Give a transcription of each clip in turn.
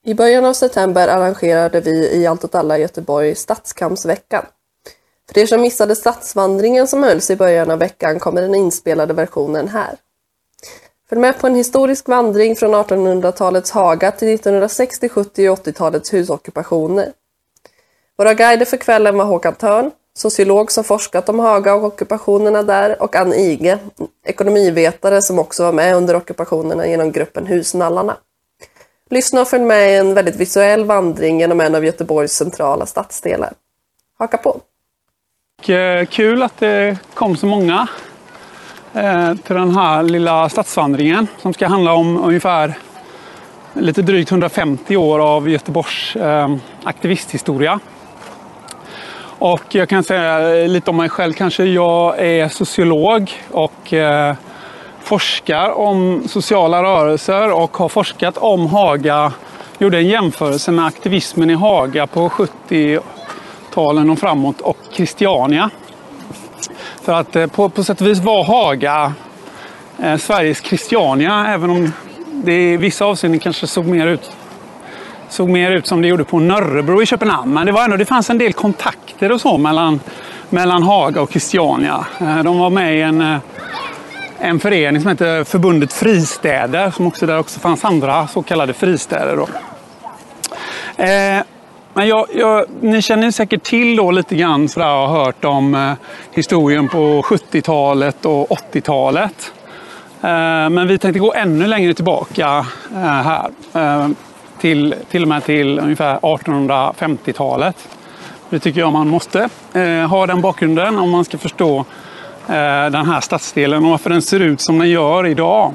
I början av september arrangerade vi i Allt åt alla i Göteborg Stadskampsveckan. För er som missade stadsvandringen som hölls i början av veckan kommer den inspelade versionen här. Följ med på en historisk vandring från 1800-talets Haga till 1960-, 70- och 80-talets husockupationer. Våra guider för kvällen var Håkan Törn, sociolog som forskat om Haga och ockupationerna där, och Ann Ige, ekonomivetare som också var med under ockupationerna genom gruppen Husnallarna. Lyssna och följ med i en väldigt visuell vandring genom en av Göteborgs centrala stadsdelar. Haka på! Kul att det kom så många till den här lilla stadsvandringen som ska handla om ungefär lite drygt 150 år av Göteborgs aktivisthistoria. Och jag kan säga lite om mig själv kanske. Jag är sociolog och forskar om sociala rörelser och har forskat om Haga. Gjorde en jämförelse med aktivismen i Haga på 70-talen och framåt och Christiania. För att på sätt och vis var Haga Sveriges Christiania, även om det i vissa avseenden kanske såg mer ut som det gjorde på Nörrebro i Köpenhamn. Men det fanns en del kontakter och så mellan Haga och Christiania. De var med i en förening som heter Förbundet Fristäder, som där också fanns andra så kallade fristäder då. Men ni känner säkert till då lite grann så där, jag har hört om historien på 70-talet och 80-talet. Men vi tänkte gå ännu längre tillbaka här. Till och med till ungefär 1850-talet. Det tycker jag man måste ha den bakgrunden om man ska förstå den här stadsdelen och varför den ser ut som den gör idag.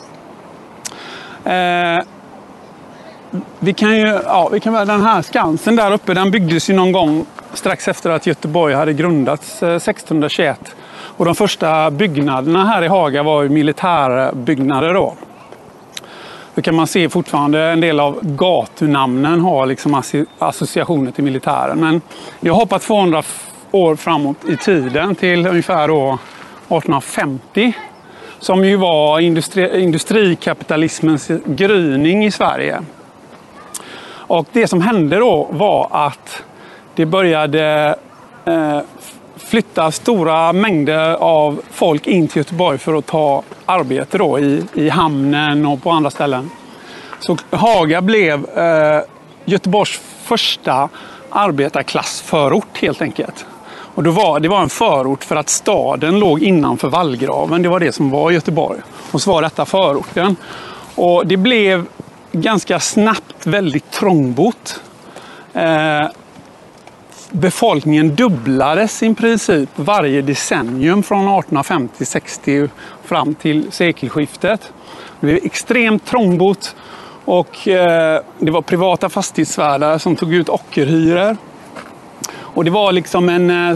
Vi kan den här Skansen där uppe, den byggdes ju någon gång strax efter att Göteborg hade grundats 1621. Och de första byggnaderna här i Haga var ju militärbyggnader då. Då kan man se fortfarande en del av gatunamnen har liksom associationer till militären. Men jag har hoppat 200 år framåt i tiden till ungefär då 1850. Som ju var industrikapitalismens gryning i Sverige. Och det som hände då var att det började flytta stora mängder av folk in till Göteborg för att ta arbete då i hamnen och på andra ställen. Så Haga blev Göteborgs första arbetarklassförort helt enkelt. Och det var en förort för att staden låg innanför vallgraven. Det var det som var Göteborg. Och så var detta förorten. Och det blev ganska snabbt väldigt trångbott. Befolkningen dubblades i princip varje decennium från 1850-60 fram till sekelskiftet. Det blev extremt trångbott och det var privata fastighetsvärdar som tog ut ockerhyror. Och det var liksom en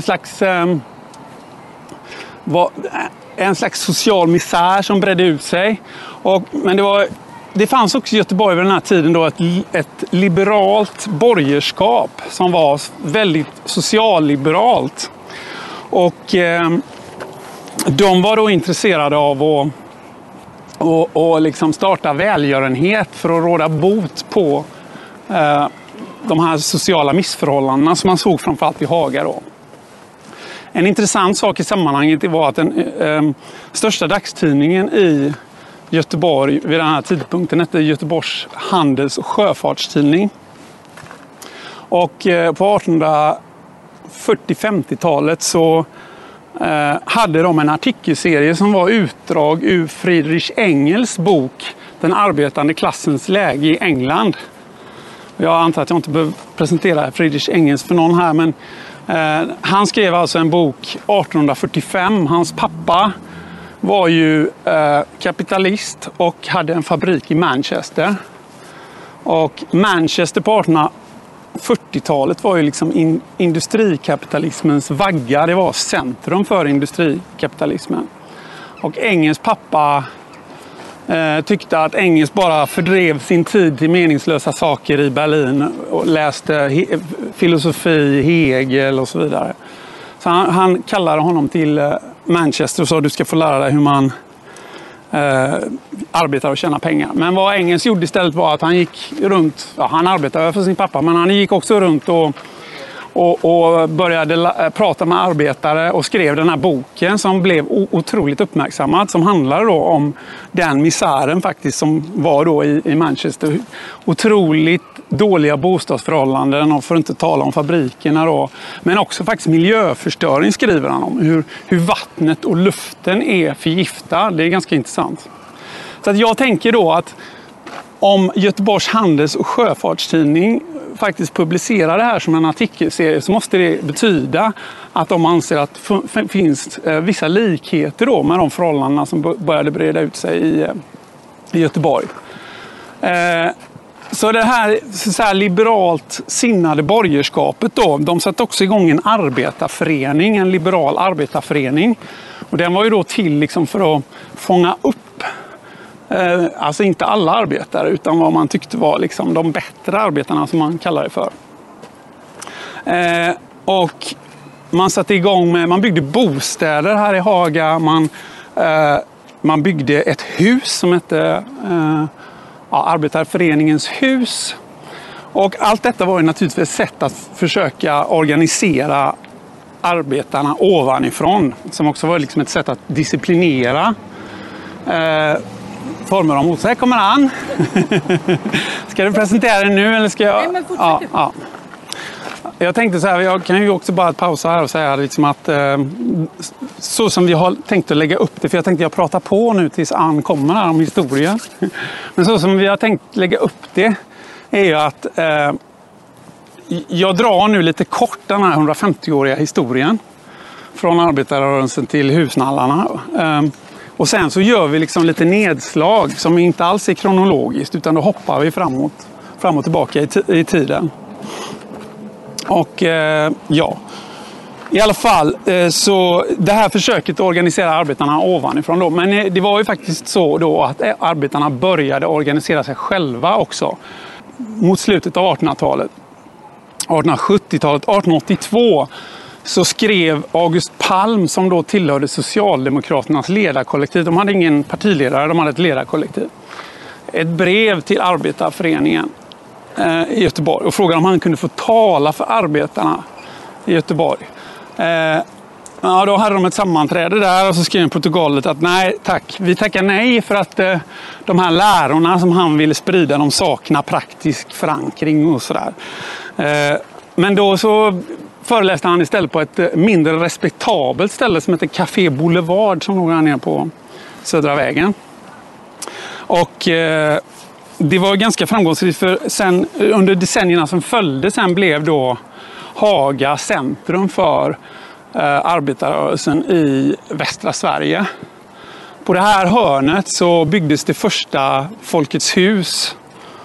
slags social misär som bredde ut sig. Men det fanns också i Göteborg vid den här tiden då ett liberalt borgerskap som var väldigt socialliberalt. Och de var då intresserade av att liksom starta välgörenhet för att råda bot på de här sociala missförhållandena som man såg framförallt i Haga då. En intressant sak i sammanhanget var att den största dagstidningen i Göteborg vid den här tidpunkten hette Göteborgs handels- och sjöfartstidning. Och på 1840-50-talet så hade de en artikelserie som var utdrag ur Friedrich Engels bok Den arbetande klassens läge i England. Jag antar att jag inte behöver presentera Friedrich Engels för någon här, men han skrev alltså en bok 1845. Hans pappa var ju kapitalist och hade en fabrik i Manchester. Och Manchester på 1840-talet var ju liksom industrikapitalismens vagga. Det var centrum för industrikapitalismen. Och Engels pappa tyckte att Engels bara fördrev sin tid till meningslösa saker i Berlin och läste filosofi, Hegel och så vidare. Så han kallade honom till Manchester och sa du ska få lära dig hur man arbeta och tjäna pengar. Men vad Engels gjorde istället var att han gick runt, han arbetade för sin pappa, men han gick också runt och började prata med arbetare och skrev den här boken som blev otroligt uppmärksammad, som handlade då om den misären faktiskt som var då i Manchester. Otroligt dåliga bostadsförhållanden, och för att inte tala om fabrikerna då. Men också faktiskt miljöförstöring skriver han om. Hur vattnet och luften är förgiftade. Det är ganska intressant. Så att jag tänker då att om Göteborgs Handels- och Sjöfartstidning faktiskt publicerar det här som en artikelserie, så måste det betyda att de anser att det finns vissa likheter då med de förhållandena som började breda ut sig i Göteborg. Så det här, så här liberalt sinnade borgerskapet då, de satte också igång en arbetarförening, en liberal arbetarförening. Och den var ju då till liksom för att fånga upp alltså inte alla arbetare, utan vad man tyckte var liksom de bättre arbetarna, som man kallar det för. Och man satte igång med, man byggde bostäder här i Haga, man byggde ett hus som hette Arbetarföreningens hus. Och allt detta var ju naturligtvis ett sätt att försöka organisera arbetarna ovanifrån, som också var liksom ett sätt att disciplinera former om. Så här kommer han. Ska du presentera det nu eller ska jag? Nej, men fortsätt. Ja. Jag tänkte så här, jag kan ju också bara pausa här och säga liksom att så som vi har tänkt att lägga upp det, för jag tänkte jag pratar på nu tills Ann kommer här om historia. Men så som vi har tänkt lägga upp det är ju att jag drar nu lite kort den här 150-åriga historien från arbetarrörelsen till husnallarna. Och sen så gör vi liksom lite nedslag som inte alls är kronologiskt, utan då hoppar vi fram och tillbaka i tiden. Och ja, i alla fall så det här försöket att organisera arbetarna ovanifrån då. Men det var ju faktiskt så då att arbetarna började organisera sig själva också mot slutet av 1800-talet. 1870-talet, 1882 så skrev August Palm, som då tillhörde Socialdemokraternas ledarkollektiv. De hade ingen partiledare, de hade ett ledarkollektiv. Ett brev till arbetarföreningen i Göteborg och frågade om han kunde få tala för arbetarna i Göteborg. Ja, då hade de ett sammanträde där och så skrev protokollet att nej tack, vi tackar nej för att de här lärorna som han ville sprida, de saknar praktisk förankring och sådär. Men då så föreläste han istället på ett mindre respektabelt ställe som heter Café Boulevard, som låg här nere på Södra vägen. Och det var ganska framgångsrikt, för sen under decennierna som följde sen blev då Haga centrum för arbetarrörelsen i västra Sverige. På det här hörnet så byggdes det första Folkets hus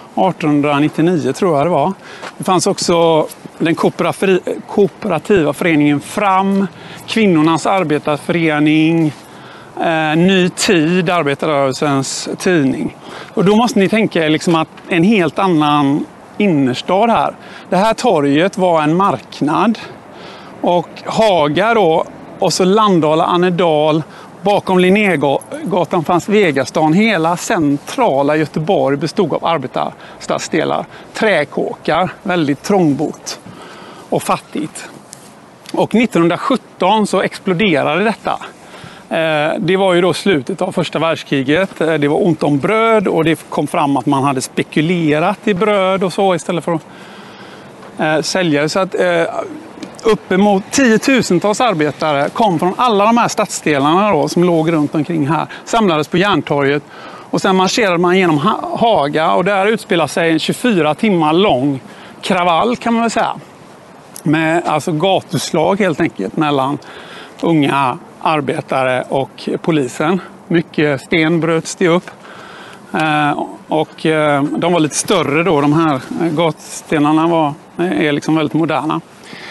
1899 tror jag det var. Det fanns också den kooperativa föreningen Fram, kvinnornas arbetarförening, Ny tid, arbetarrörelsens tidning. Och då måste ni tänka liksom att en helt annan innerstad här. Det här torget var en marknad. Och Haga då, och så Landala, Annedal, bakom Linnégatan fanns Vegastan. Hela centrala Göteborg bestod av arbetarstadsdelar. Träkåkar, väldigt trångbott och fattigt. Och 1917 så exploderade detta. Det var ju då slutet av första världskriget. Det var ont om bröd och det kom fram att man hade spekulerat i bröd och så istället för att sälja det. Så att uppemot 10 000-tals arbetare kom från alla de här stadsdelarna då, som låg runt omkring här, samlades på Järntorget och sen marscherade man genom Haga och där utspelade sig en 24 timmar lång kravall kan man väl säga. Med alltså gatuslag helt enkelt mellan unga arbetare och polisen. Mycket sten bröts det upp. Och de var lite större då, de här gatstenarna är liksom väldigt moderna.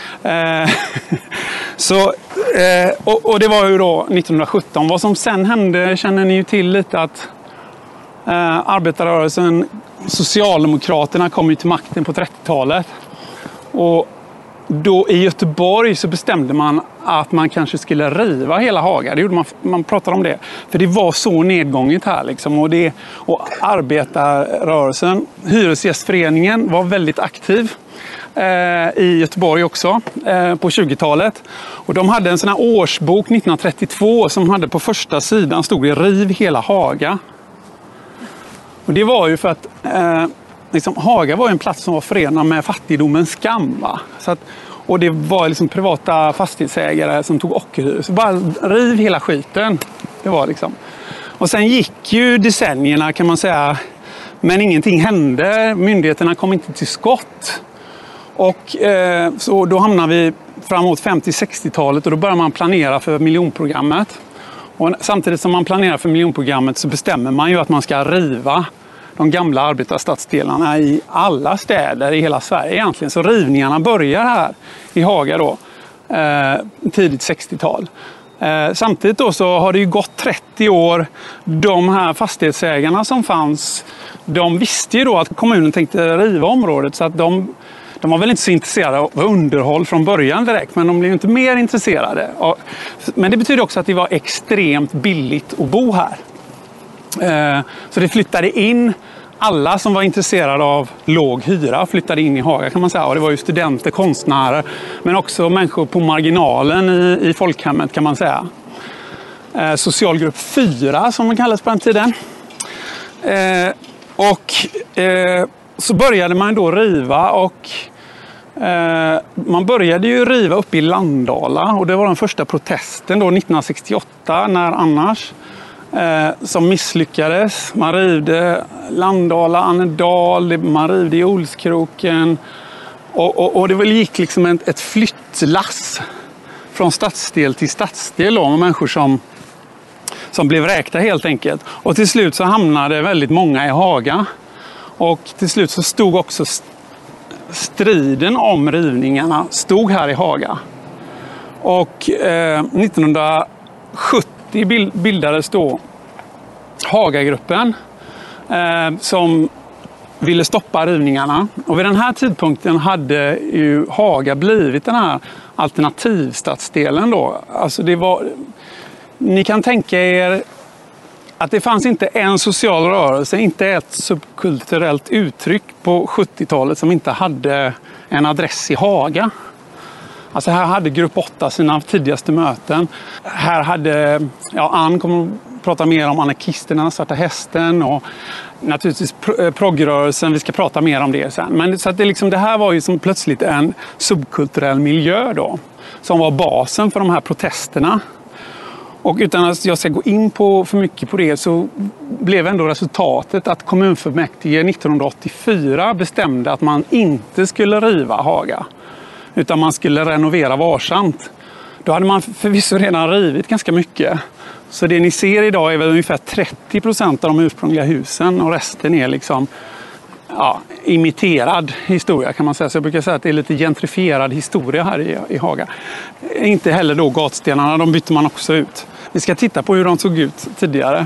Så, och det var ju då 1917. Vad som sen hände känner ni ju till lite, att arbetarrörelsen, Socialdemokraterna kom ju till makten på 30-talet. Och då i Göteborg så bestämde man att man kanske skulle riva hela Haga. Det gjorde man pratade om det. För det var så nedgånget här liksom. Och arbetarrörelsen, Hyresgästföreningen var väldigt aktiv i Göteborg också på 20-talet. Och de hade en sån här årsbok 1932 som hade på första sidan stod det riv hela Haga. Och det var ju för att liksom, Haga var en plats som var förenad med fattigdomens skam. Va? Så att, och det var liksom privata fastighetsägare som tog ockerhyr. Så bara riv hela skiten. Det var liksom. Och sen gick ju decennierna kan man säga. Men ingenting hände. Myndigheterna kom inte till skott. Och så då hamnar vi framåt 50-60-talet och då börjar man planera för miljonprogrammet. Och samtidigt som man planerar för miljonprogrammet så bestämmer man ju att man ska riva de gamla arbetarstadsdelarna i alla städer i hela Sverige egentligen. Så rivningarna börjar här i Haga då, tidigt 60-tal. Samtidigt då så har det ju gått 30 år. De här fastighetsägarna som fanns, de visste ju då att kommunen tänkte riva området så att de var väl inte så intresserade av underhåll från början direkt, men de blev inte mer intresserade. Men det betyder också att det var extremt billigt att bo här. Så det flyttade in alla som var intresserade av låg hyra flyttade in i Haga kan man säga. Och det var ju studenter, konstnärer, men också människor på marginalen i folkhemmet kan man säga. Socialgrupp 4 som man kallades på den tiden. Så började man då riva och man började ju riva upp i Landala och det var den första protesten då 1968 när annars som misslyckades. Man rivde Landala, Annedal, man rivde i Olskroken och det gick liksom ett flyttlass från stadsdel till stadsdel då, med människor som blev räkta helt enkelt. Och till slut så hamnade väldigt många i Haga. Och till slut så stod också striden om rivningarna stod här i Haga. Och 1970 bildades då Hagagruppen som ville stoppa rivningarna. Och vid den här tidpunkten hade ju Haga blivit den här alternativstadsdelen då. Alltså det var, ni kan tänka er att det fanns inte en social rörelse, inte ett subkulturellt uttryck på 70-talet som inte hade en adress i Haga. Alltså här hade grupp 8 sina tidigaste möten. Här hade, Ann kommer att prata mer om anarkisterna, Svarta hästen och naturligtvis progrörelsen. Vi ska prata mer om det sen. Men så att det här var ju som plötsligt en subkulturell miljö då, som var basen för de här protesterna. Och utan att jag ska gå in på för mycket på det så blev ändå resultatet att kommunfullmäktige 1984 bestämde att man inte skulle riva Haga utan man skulle renovera varsamt. Då hade man förvisso redan rivit ganska mycket. Så det ni ser idag är väl ungefär 30% av de ursprungliga husen och resten är liksom imiterad historia kan man säga. Så jag brukar säga att det är lite gentrifierad historia här i Haga. Inte heller då gatstenarna, de bytte man också ut. Vi ska titta på hur de såg ut tidigare.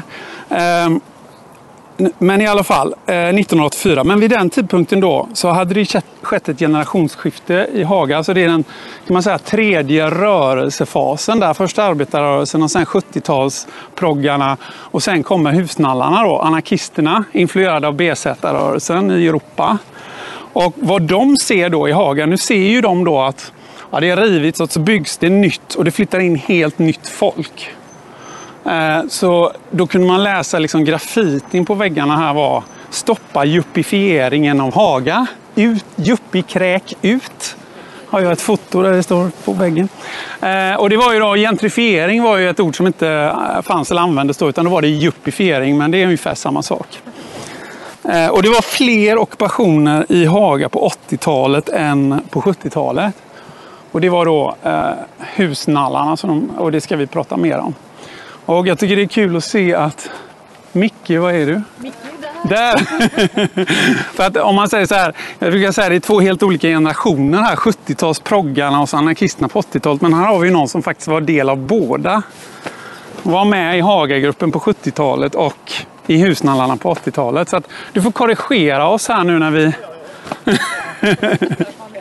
Men i alla fall 1984. Men vid den tidpunkten då så hade det skett ett generationsskifte i Haga. Så det är den kan man säga tredje rörelsefasen där. Först arbetarrörelsen och sen 70-talsproggarna. Och sen kommer husnallarna då. Anarkisterna influerade av BZ-rörelsen i Europa. Och vad de ser då i Haga. Nu ser ju de då att det är rivits och så byggs det nytt. Och det flyttar in helt nytt folk. Så då kunde man läsa liksom graffitin på väggarna här var stoppa juppifieringen av Haga. Juppikräk ut. Har jag ett foto där det står på väggen. Och det var ju då, gentrifiering var ju ett ord som inte fanns eller användes då utan då var det juppifiering men det är ungefär samma sak. Och det var fler ockupationer i Haga på 80-talet än på 70-talet. Och det var då husnallarna och det ska vi prata mer om. Och jag tycker det är kul att se att Micke, vad är du? Micke där. För att om man säger så här, jag brukar säga det är två helt olika generationer här. 70-talsproggarna och så anarkisterna på 80-talet. Men här har vi någon som faktiskt var del av båda. Var med i Hagagruppen på 70-talet och i husnallarna på 80-talet. Så att du får korrigera oss här nu när vi...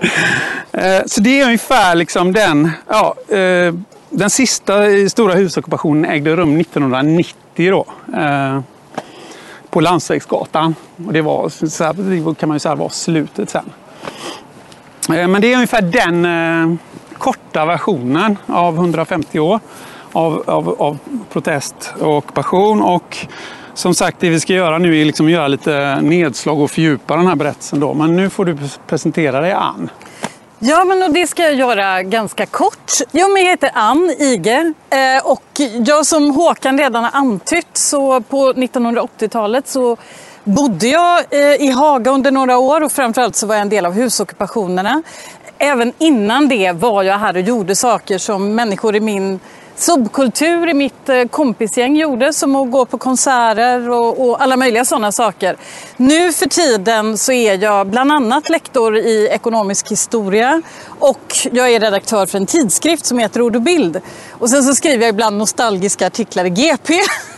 Så det är ungefär liksom den sista stora husockupationen ägde rum 1990 då. På Landsvägsgatan. Och det var, så här, det kan man ju säga var slutet sen. Men det är ungefär den korta versionen av 150 år av protest och ockupation. Och som sagt, det vi ska göra nu är liksom göra lite nedslag och fördjupa den här berättelsen då. Men nu får du presentera dig, Ann. Ja, men och det ska jag göra ganska kort. Jag heter Ann Ige och jag, som Håkan redan har antytt, så på 1980-talet så bodde jag i Haga under några år, och framförallt så var jag en del av husockupationerna. Även innan det var jag här och gjorde saker som människor i min subkultur, i mitt kompisgäng gjorde, som att gå på konserter och alla möjliga sådana saker. Nu för tiden så är jag bland annat lektor i ekonomisk historia, och jag är redaktör för en tidskrift som heter Ord och bild. Och sen så skriver jag ibland nostalgiska artiklar i GP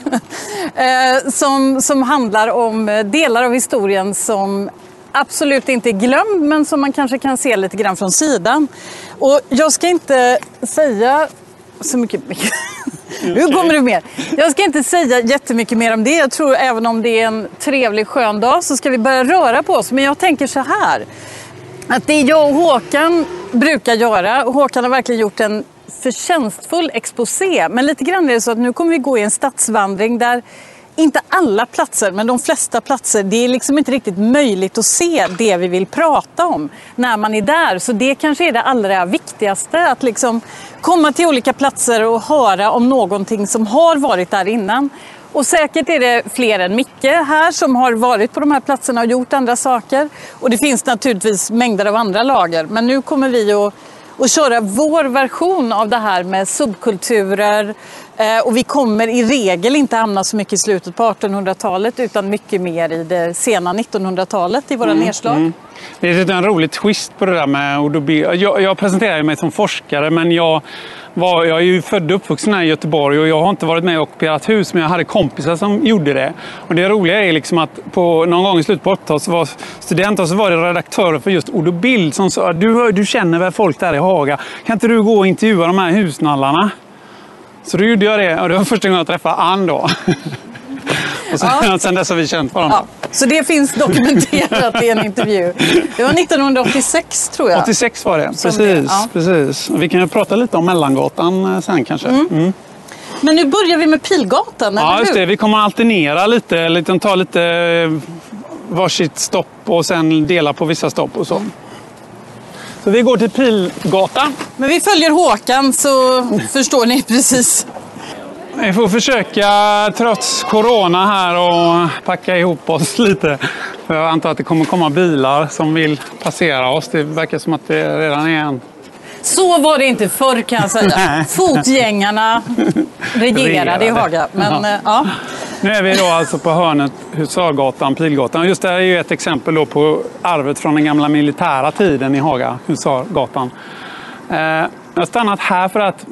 som handlar om delar av historien som absolut inte är glömd, men som man kanske kan se lite grann från sidan. Och jag ska inte säga så mycket. Nu kommer det mer. Jag ska inte säga jättemycket mer om det. Jag tror även om det är en trevlig skön dag så ska vi börja röra på oss. Men jag tänker så här, att det jag och Håkan brukar göra, och Håkan har verkligen gjort en förtjänstfull exposé, men lite grann är det så att nu kommer vi gå i en stadsvandring där inte alla platser, men de flesta platser, det är liksom inte riktigt möjligt att se det vi vill prata om när man är där. Så det kanske är det allra viktigaste, att liksom komma till olika platser och höra om någonting som har varit där innan. Och säkert är det fler än Micke här som har varit på de här platserna och gjort andra saker. Och det finns naturligtvis mängder av andra lager, men nu kommer vi att köra vår version av det här med subkulturer. Och vi kommer i regel inte hamna så mycket i slutet på 1800-talet utan mycket mer i det sena 1900-talet i våra nedslag. Det är en rolig twist på det där med ord och bild. Jag presenterar mig som forskare, men jag är ju född och uppvuxen här i Göteborg, och jag har inte varit med och ockuperat hus, men jag hade kompisar som gjorde det. Och det roliga är liksom att någon gång i slutet på 80-talet så var studenter, och så var det redaktörer för just ord och bild som sa: du känner väl folk där i Haga, kan inte du gå och intervjua de här husnallarna? Så då gjorde jag det, och det var första gången jag träffade Ann då. Och sen dess har vi känt varandra. Ja, så det finns dokumenterat i en intervju. Det var 1986 tror jag. 86 var det, precis. Vi kan ju prata lite om Mellangatan sen kanske. Men nu börjar vi med Pilgatan, eller Ja, just hur? det. Vi kommer alternera lite, ta lite varsitt stopp och sen dela på vissa stopp och så. Så vi går till Pilgatan. Men vi följer Håkan, så förstår ni precis. Vi får försöka, trots corona här, och packa ihop oss lite. För jag antar att det kommer komma bilar som vill passera oss. Det verkar som att det redan är en. Så var det inte förr, kan jag säga. Fotgängarna regerade i Haga. Men, ja. Nu är vi då alltså på hörnet Husargatan, Pilgatan. Och just det här är ju ett exempel då på arvet från den gamla militära tiden i Haga, Husargatan. Jag har stannat här för att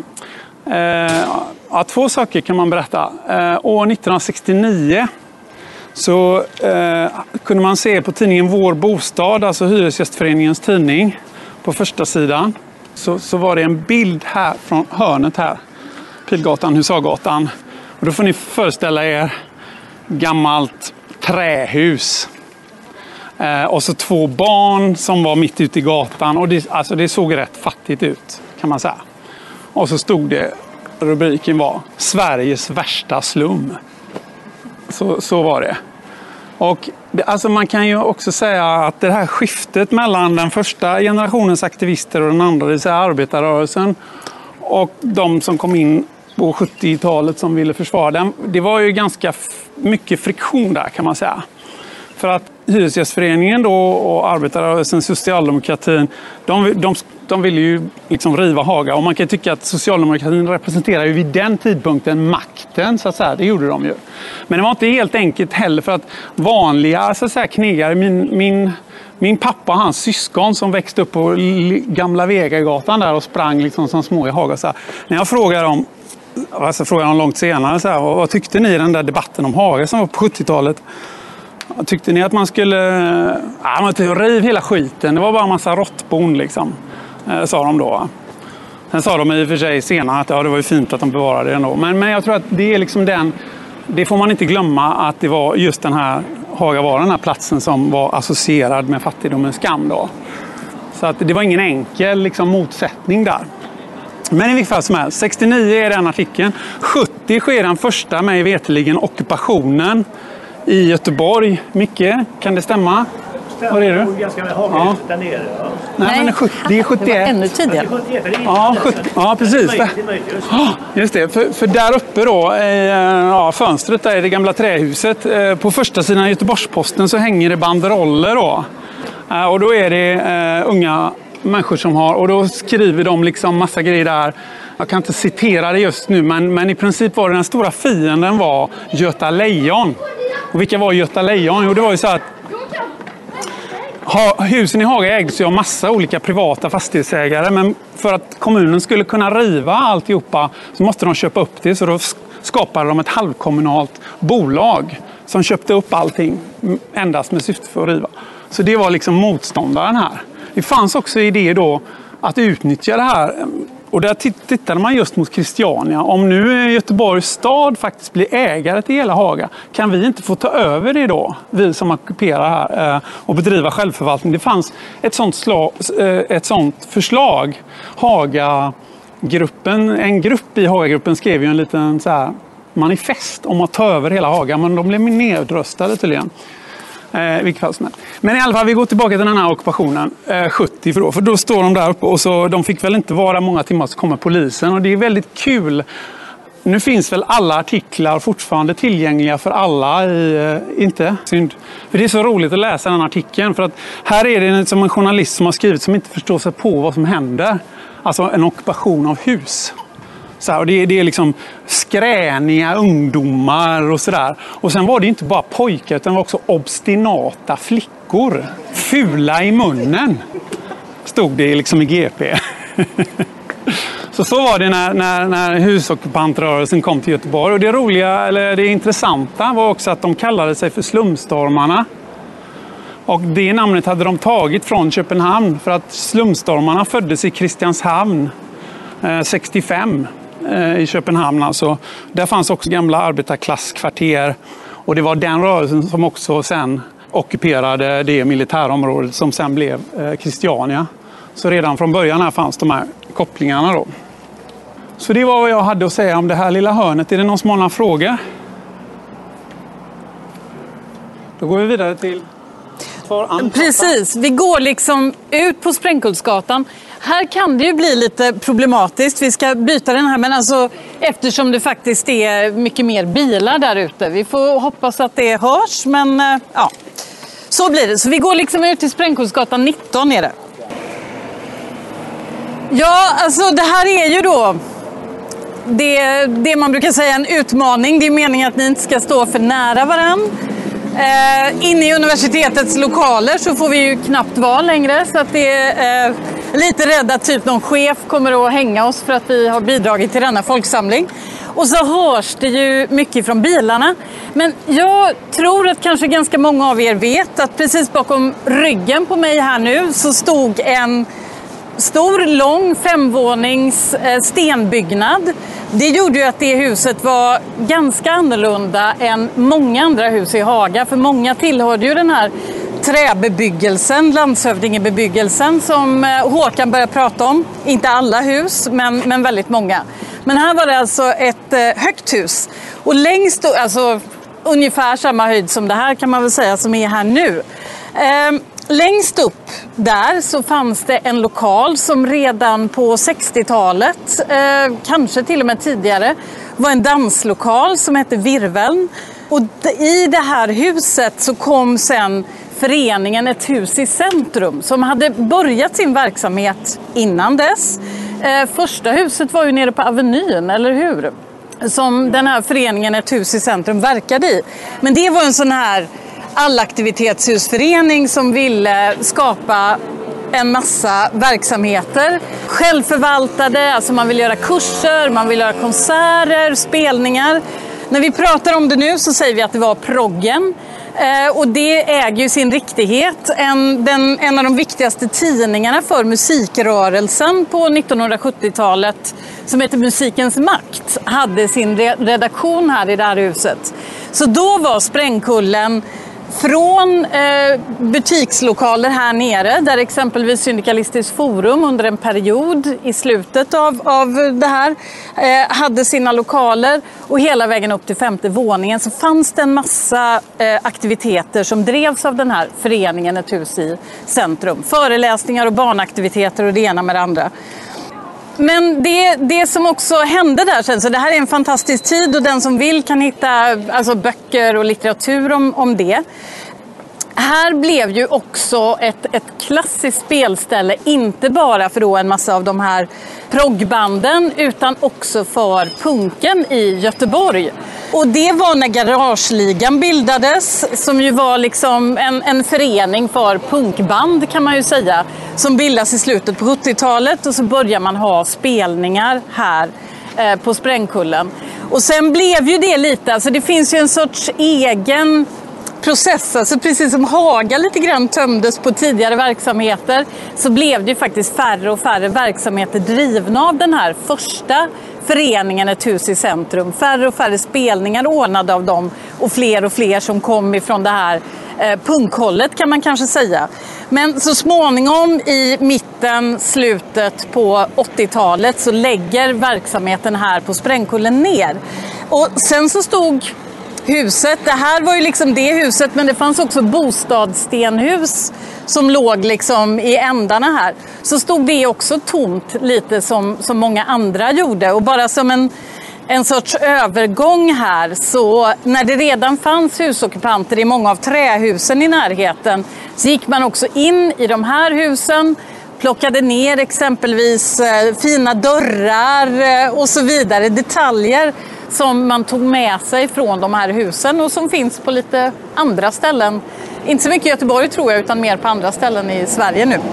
två saker kan man berätta. År 1969 så kunde man se på tidningen Vår Bostad, alltså Hyresgästföreningens tidning, på första sidan. Så var det en bild här från hörnet här, Pilgatan, Husargatan. Och då får ni föreställa er gammalt trähus. Och så två barn som var mitt ute i gatan. Och det såg rätt fattigt ut, kan man säga. Och så stod det, rubriken var Sveriges värsta slum. Så var det. Och alltså man kan ju också säga att det här skiftet mellan den första generationens aktivister och den andra, det vill säga arbetarrörelsen, och de som kom in på 70-talet som ville försvara den, det var ju ganska mycket friktion där, kan man säga. För att Hyresgästföreningen då och arbetarrörelsen, socialdemokratin, de ville ju liksom riva Haga. Och man kan tycka att socialdemokratin representerar ju vid den tidpunkten makten, så att säga. Det gjorde de ju. Men det var inte helt enkelt heller, för att vanliga, så att säga, knegare, min pappa och hans syskon som växte upp på gamla Vegagatan där och sprang liksom som små i Haga. Så här. När jag frågade dem, långt senare, så här, vad tyckte ni i den där debatten om Haga som var på 70-talet? Tyckte ni att man skulle riv hela skiten? Det var bara en massa råttbon liksom, sa de då. Sen sa de i och för sig senare att det var ju fint att de bevarade det ändå. Men jag tror att det är liksom det får man inte glömma, att det var just den här Haga var den här platsen som var associerad med fattigdomens skam då. Så att det var ingen enkel liksom motsättning där. Men i vilket fall som helst, 69 är den artikeln. 70 sker den första, mig veteligen, ockupationen i Göteborg. Micke, kan det stämma? Var är du? Ganska med Hagahuset där nere. Ja. Nej, men det är 71. Det var ännu tidigare. Ja, precis. Just det, för där uppe då, i fönstret där i det gamla trähuset, på första sidan Göteborgs-Posten så hänger det banderoller då. Och då är det unga människor som har, och då skriver de liksom massa grejer där. Jag kan inte citera det just nu, men i princip var det den stora fienden var Göta Lejon. Och vilka var Göta Lejon? Jo, det var ju så att husen i Haga ägdes ju av massa olika privata fastighetsägare, men för att kommunen skulle kunna riva alltihopa så måste de köpa upp det, så då skapade de ett halvkommunalt bolag som köpte upp allting endast med syfte för att riva. Så det var liksom motståndaren här. Det fanns också idé då att utnyttja det här, och där tittade man just mot Christiania. Om nu Göteborgs stad faktiskt blir ägare till hela Haga, kan vi inte få ta över det då, vi som ockuperar här, och bedriva självförvaltning? Det fanns ett sånt förslag. Hagagruppen, en grupp i Hagagruppen skrev ju en liten så här manifest om att ta över hela Haga, men de blev nedröstade tydligen. Men i alla fall, vi går tillbaka till den här ockupationen 70, för då står de där uppe, och så de fick väl inte vara många timmar, så kommer polisen, och det är väldigt kul. Nu finns väl alla artiklar fortfarande tillgängliga för alla, inte synd. För det är så roligt att läsa den artikeln, för att här är det som en journalist som har skrivit som inte förstår sig på vad som händer. Alltså en ockupation av hus. Så här, och det är liksom skräniga ungdomar och sådär. Och sen var det inte bara pojkar, utan det var också obstinata flickor. Fula i munnen, stod det liksom i GP. Så var det när husockupantrörelsen kom till Göteborg. Och det roliga, eller det intressanta, var också att de kallade sig för slumstormarna. Och det namnet hade de tagit från Köpenhamn, för att slumstormarna föddes i Kristianshavn 65 i Köpenhamn. Alltså. Där fanns också gamla arbetarklasskvarter, och det var den rörelsen som också sen ockuperade det militärområdet som sen blev Christiania. Så redan från början här fanns de här kopplingarna då. Så det var vad jag hade att säga om det här lilla hörnet. Är det någon som har några frågor? Då går vi vidare till... Precis, vi går liksom ut på Sprängkullsgatan. Här kan det ju bli lite problematiskt. Vi ska byta den här, men alltså eftersom det faktiskt är mycket mer bilar där ute. Vi får hoppas att det hörs, men ja, så blir det. Så vi går liksom ut till Sprängkullsgatan 19 är det. Ja, alltså det här är ju då det man brukar säga en utmaning. Det är meningen att ni inte ska stå för nära varann. Inne i universitetets lokaler så får vi ju knappt vara längre, så att det är lite rädd att typ någon chef kommer att hänga oss för att vi har bidragit till denna folksamling. Och så hörs det ju mycket från bilarna. Men jag tror att kanske ganska många av er vet att precis bakom ryggen på mig här nu så stod en stor, lång 5-vånings stenbyggnad. Det gjorde ju att det huset var ganska annorlunda än många andra hus i Haga. För många tillhörde ju den här träbebyggelsen, landshövdingebebyggelsen som Håkan började prata om. Inte alla hus, men väldigt många. Men här var det alltså ett högt hus. Och längst, alltså ungefär samma höjd som det här kan man väl säga som är här nu. Längst upp där så fanns det en lokal som redan på 60-talet, kanske till och med tidigare, var en danslokal som hette Virveln. Och i det här huset så kom sen föreningen Ett hus i centrum som hade börjat sin verksamhet innan dess. Första huset var ju nere på Avenyn, eller hur? Som den här föreningen Ett hus i centrum verkade i. Men det var en sån här allaktivitetshusförening som ville skapa en massa verksamheter. Självförvaltade, alltså man vill göra kurser, man vill göra konserter, spelningar. När vi pratar om det nu så säger vi att det var proggen. Och det äger ju sin riktighet. En av de viktigaste tidningarna för musikrörelsen på 1970-talet, som heter Musikens makt, hade sin redaktion här i det här huset. Så då var Sprängkullen från butikslokaler här nere, där exempelvis Syndikalistiskt forum under en period i slutet av det här hade sina lokaler, och hela vägen upp till 5:e våningen så fanns det en massa aktiviteter som drevs av den här föreningen Ett hus i centrum. Föreläsningar och barnaktiviteter och det ena med det andra. Men det som också hände där sen, så det här är en fantastisk tid, och den som vill kan hitta alltså böcker och litteratur om det. Här blev ju också ett klassiskt spelställe, inte bara för då en massa av de här proggbanden, utan också för punken i Göteborg. Och det var när Garageligan bildades, som ju var liksom en förening för punkband kan man ju säga, som bildas i slutet på 70-talet, och så börjar man ha spelningar här på Sprängkullen. Och sen blev ju det lite, alltså det finns ju en sorts egen process, alltså precis som Haga lite grann tömdes på tidigare verksamheter, så blev det ju faktiskt färre och färre verksamheter drivna av den här första föreningen Ett hus i centrum. Färre och färre spelningar ordnade av dem, och fler som kom ifrån det här punkhållet kan man kanske säga. Men så småningom i mitten, slutet på 80-talet så lägger verksamheten här på Sprängkullen ner. Och sen så stod huset, det här var ju liksom det huset, men det fanns också bostadsstenhus som låg liksom i ändarna här. Så stod det också tomt lite som många andra gjorde, och bara som en sorts övergång här, så när det redan fanns husockupanter i många av trähusen i närheten, så gick man också in i de här husen, plockade ner exempelvis fina dörrar och så vidare, detaljer som man tog med sig från de här husen och som finns på lite andra ställen. Inte så mycket i Göteborg tror jag, utan mer på andra ställen i Sverige nu.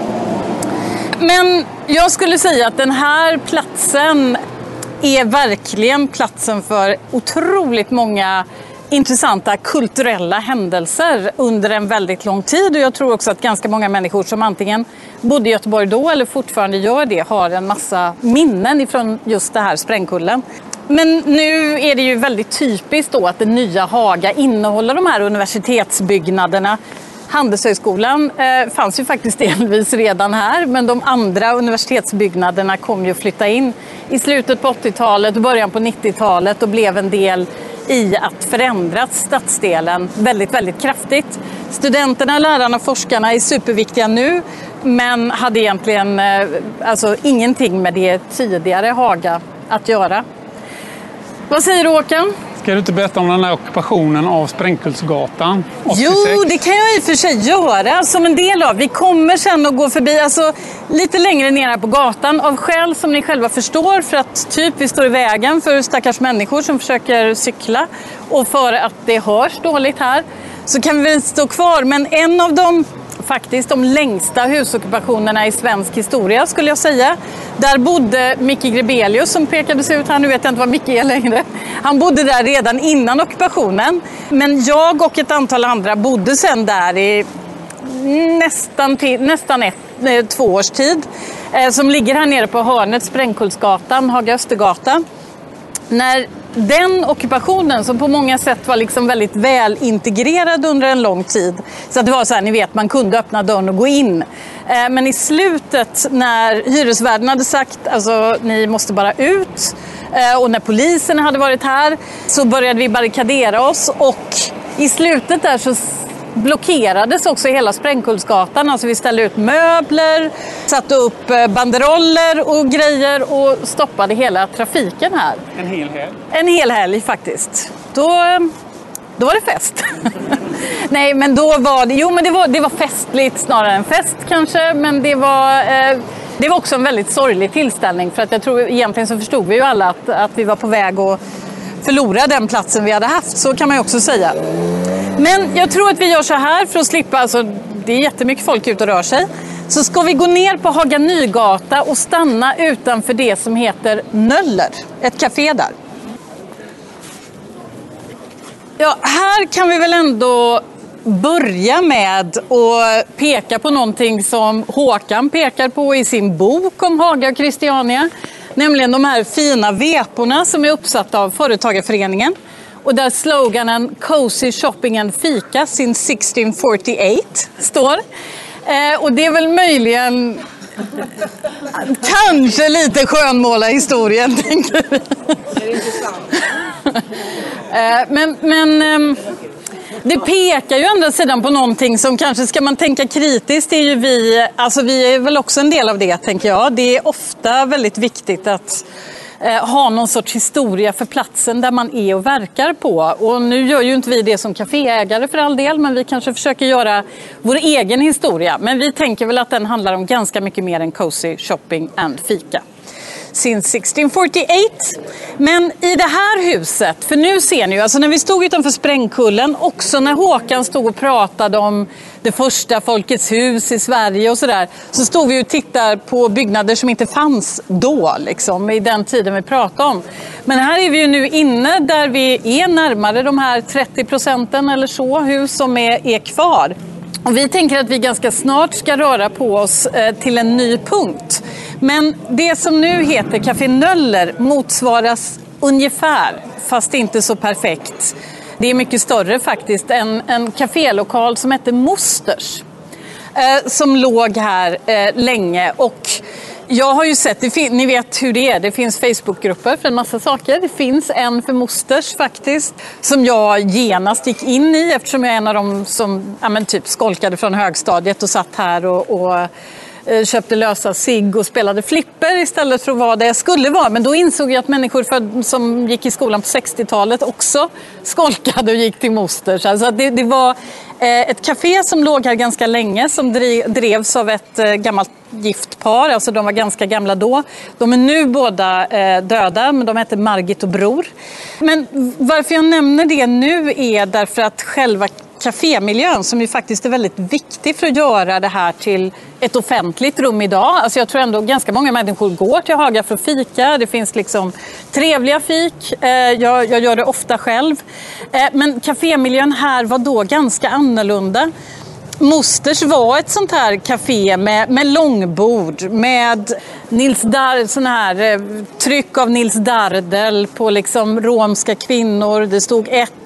Men jag skulle säga att den här platsen är verkligen platsen för otroligt många intressanta kulturella händelser under en väldigt lång tid. Och jag tror också att ganska många människor som antingen bodde i Göteborg då eller fortfarande gör det har en massa minnen ifrån just det här Sprängkullen. Men nu är det ju väldigt typiskt då att det nya Haga innehåller de här universitetsbyggnaderna. Handelshögskolan fanns ju faktiskt delvis redan här, men de andra universitetsbyggnaderna kom ju att flytta in i slutet på 80-talet och början på 90-talet och blev en del i att förändra stadsdelen väldigt, väldigt kraftigt. Studenterna, lärarna och forskarna är superviktiga nu, men hade egentligen alltså ingenting med det tidigare Haga att göra. Vad säger du, Håkan? Ska du inte berätta om den här ockupationen av Sprängkullsgatan 86? Jo, det kan jag i och för sig göra som en del av. Vi kommer sen att gå förbi, alltså lite längre ner här på gatan, av skäl som ni själva förstår, för att typ vi står i vägen för stackars människor som försöker cykla och för att det hörs dåligt här, så kan vi stå kvar. Men en av de längsta husockupationerna i svensk historia skulle jag säga. Där bodde Micke Grebelius som pekades ut här, nu vet jag inte vad Micke är längre. Han bodde där redan innan ockupationen. Men jag och ett antal andra bodde sen där i nästan 2 års tid. Som ligger här nere på hörnet Sprängkullsgatan, Haga Östergatan. När den ockupationen, som på många sätt var liksom väldigt väl integrerad under en lång tid, så att det var så här, ni vet, man kunde öppna dörren och gå in. Men i slutet, när hyresvärden hade sagt alltså ni måste bara ut, och när polisen hade varit här, så började vi barrikadera oss, och i slutet där så blockerades också hela Sprängkullsgatan. Alltså vi ställde ut möbler, satte upp banderoller och grejer och stoppade hela trafiken här. En hel helg? En hel helg faktiskt. Då var det fest. Nej, men då var det, det var festligt snarare än fest kanske, men det var också en väldigt sorglig tillställning, för att jag tror egentligen så förstod vi ju alla att vi var på väg att förlora den platsen vi hade haft, så kan man ju också säga. Men jag tror att vi gör så här för att slippa, alltså det är jättemycket folk ute och rör sig. Så ska vi gå ner på Haga Nygata och stanna utanför det som heter Nöller, ett café där. Ja, här kan vi väl ändå börja med att peka på någonting som Håkan pekar på i sin bok om Haga och Christiania. Nämligen de här fina veporna som är uppsatta av Företagarföreningen. Och där sloganen Cozy Shopping and Fika since 1648 står. Och det är väl möjligen kanske lite skönmåla historien, tänkte vi. Det är intressant. Men det pekar ju andra sidan på någonting som kanske, ska man tänka kritiskt, det är ju vi är väl också en del av det, tänker jag. Det är ofta väldigt viktigt att ha någon sorts historia för platsen där man är och verkar på. Och nu gör ju inte vi det som kaféägare för all del, men vi kanske försöker göra vår egen historia. Men vi tänker väl att den handlar om ganska mycket mer än cozy shopping and fika. Since 1648. Men i det här huset, för nu ser ni ju, alltså när vi stod utanför Sprängkullen, också när Håkan stod och pratade om det första Folkets hus i Sverige och sådär, så stod vi och tittade på byggnader som inte fanns då, liksom, i den tiden vi pratade om. Men här är vi ju nu inne där vi är närmare de här 30% eller så hus som är kvar. Och vi tänker att vi ganska snart ska röra på oss till en ny punkt. Men det som nu heter Café Nöller motsvaras ungefär, fast inte så perfekt. Det är mycket större faktiskt, en kafélokal som heter Mosters. Som låg här länge, och jag har ju sett, ni vet hur det är, det finns Facebookgrupper för en massa saker. Det finns en för Mosters faktiskt, som jag genast gick in i, eftersom jag är en av dem som typ skolkade från högstadiet och satt här och köpte lösa cigg och spelade flipper istället för att vara det jag skulle vara. Men då insåg jag att människor som gick i skolan på 60-talet också skolkade och gick till Mosters. Alltså det var ett café som låg här ganska länge, som drevs av ett gammalt gift par. Alltså de var ganska gamla då. De är nu båda döda, men de heter Margit och Bror. Men varför jag nämner det nu är därför att själva kafémiljön, som ju faktiskt är väldigt viktig för att göra det här till ett offentligt rum idag. Alltså jag tror ändå ganska många människor går till Haga för att fika. Det finns liksom trevliga fik. Jag gör det ofta själv. Men kafémiljön här var då ganska annorlunda. Mosters var ett sånt här café med långbord, med sån här tryck av Nils Dardel på liksom romska kvinnor. Det stod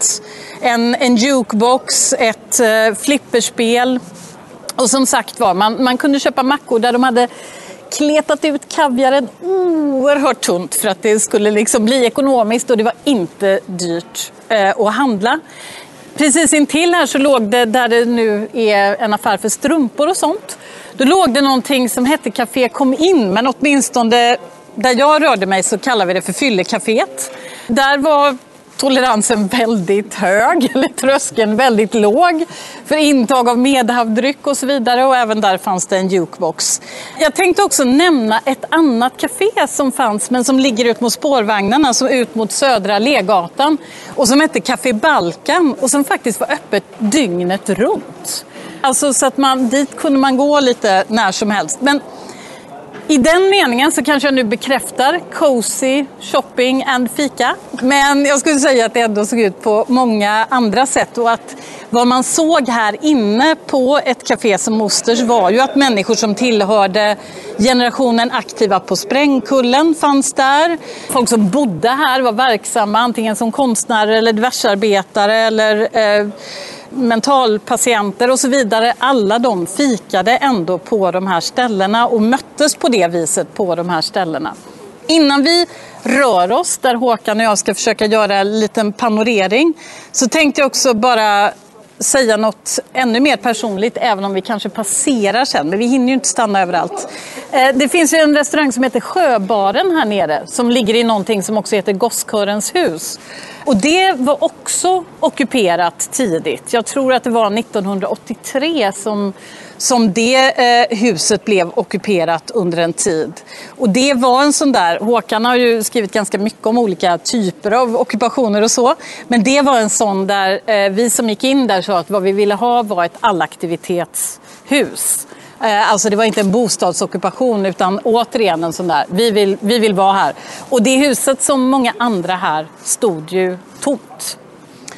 en jukebox, ett flipperspel. Och som sagt var, man kunde köpa mackor där de hade kletat ut kaviaren oerhört tunt för att det skulle liksom bli ekonomiskt, och det var inte dyrt att handla. Precis intill här så låg det, där det nu är en affär för strumpor och sånt, då låg det någonting som hette Café Kom in, men åtminstone där jag rörde mig så kallar vi det för Fyllecaféet. Där var toleransen väldigt hög, eller tröskeln väldigt låg för intag av medhavdryck och så vidare, och även där fanns det en jukebox. Jag tänkte också nämna ett annat café som fanns, men som ligger ut mot spårvagnarna, som ut mot Södra Legatan, och som hette Café Balkan, och som faktiskt var öppet dygnet runt. Alltså så att dit kunde man gå lite när som helst. Men i den meningen så kanske jag nu bekräftar cozy shopping and fika. Men jag skulle säga att det ändå såg ut på många andra sätt. Och att vad man såg här inne på ett café som Mosters var ju att människor som tillhörde generationen aktiva på Sprängkullen fanns där. Folk som bodde här var verksamma antingen som konstnärer eller diversarbetare eller mentalpatienter och så vidare. Alla de fikade ändå på de här ställena och möttes på det viset på de här ställena. Innan vi rör oss, där Håkan och jag ska försöka göra en liten panorering, så tänkte jag också bara säga något ännu mer personligt, även om vi kanske passerar sen, men vi hinner ju inte stanna överallt. Det finns ju en restaurang som heter Sjöbaren här nere, som ligger i någonting som också heter Gosskörens hus. Och det var också ockuperat tidigt. Jag tror att det var 1983 som det huset blev ockuperat under en tid. Och det var en sån där, Håkan har ju skrivit ganska mycket om olika typer av ockupationer och så, men det var en sån där vi som gick in där sa att vad vi ville ha var ett allaktivitetshus. Alltså det var inte en bostadsockupation, utan återigen en sån där, vi vill vara här. Och det huset som många andra här stod ju tomt.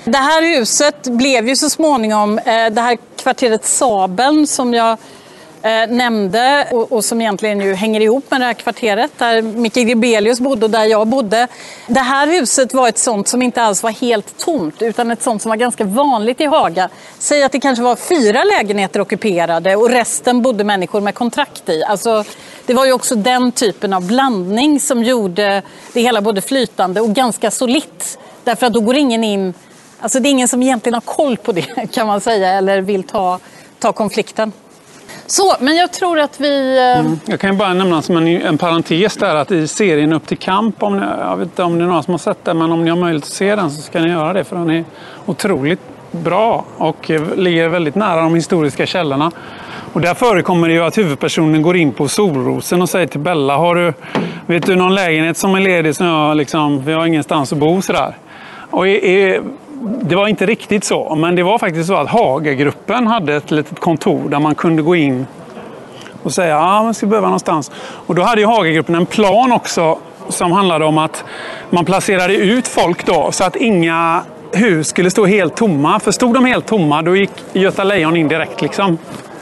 Det här huset blev ju så småningom det här kvarteret Sabeln som jag nämnde och som egentligen ju hänger ihop med det här kvarteret där Micke Gribelius bodde och där jag bodde. Det här huset var ett sånt som inte alls var helt tomt utan ett sånt som var ganska vanligt i Haga. Säg att det kanske var 4 lägenheter ockuperade och resten bodde människor med kontrakt i. Alltså, det var ju också den typen av blandning som gjorde det hela både flytande och ganska solitt. Därför att då går ingen in, alltså det är ingen som egentligen har koll på det kan man säga eller vill ta konflikten. Så, men jag tror att vi... Jag kan ju bara nämna som en parentes där att i serien Upp till kamp, jag vet inte om det är några som har sett det, men om ni har möjlighet att se den så ska ni göra det för den är otroligt bra och ligger väldigt nära de historiska källorna. Och där förekommer det ju att huvudpersonen går in på Solrosen och säger till Bella, vet du någon lägenhet som är ledig som vi har ingenstans att bo sådär. Och det var inte riktigt så, men det var faktiskt så att Hagagruppen hade ett litet kontor där man kunde gå in och säga man ska behöva någonstans. Och då hade ju Hagagruppen en plan också som handlade om att man placerade ut folk då så att inga hus skulle stå helt tomma. För stod de helt tomma då gick Göta Lejon in direkt liksom.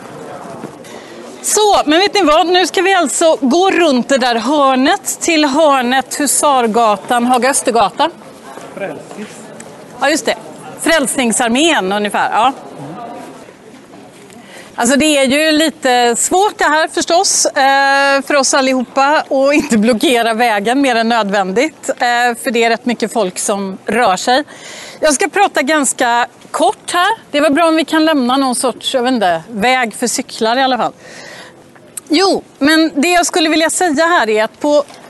Så, men vet ni vad? Nu ska vi alltså gå runt det där hörnet till hörnet Husargatan, Haga Östergata. Ja, just det. Frälsningsarmén ungefär, ja. Alltså det är ju lite svårt det här förstås för oss allihopa och inte blockera vägen mer än nödvändigt. För det är rätt mycket folk som rör sig. Jag ska prata ganska kort här. Det var bra om vi kan lämna någon sorts, jag vet inte, väg för cyklar i alla fall. Jo, men det jag skulle vilja säga här är att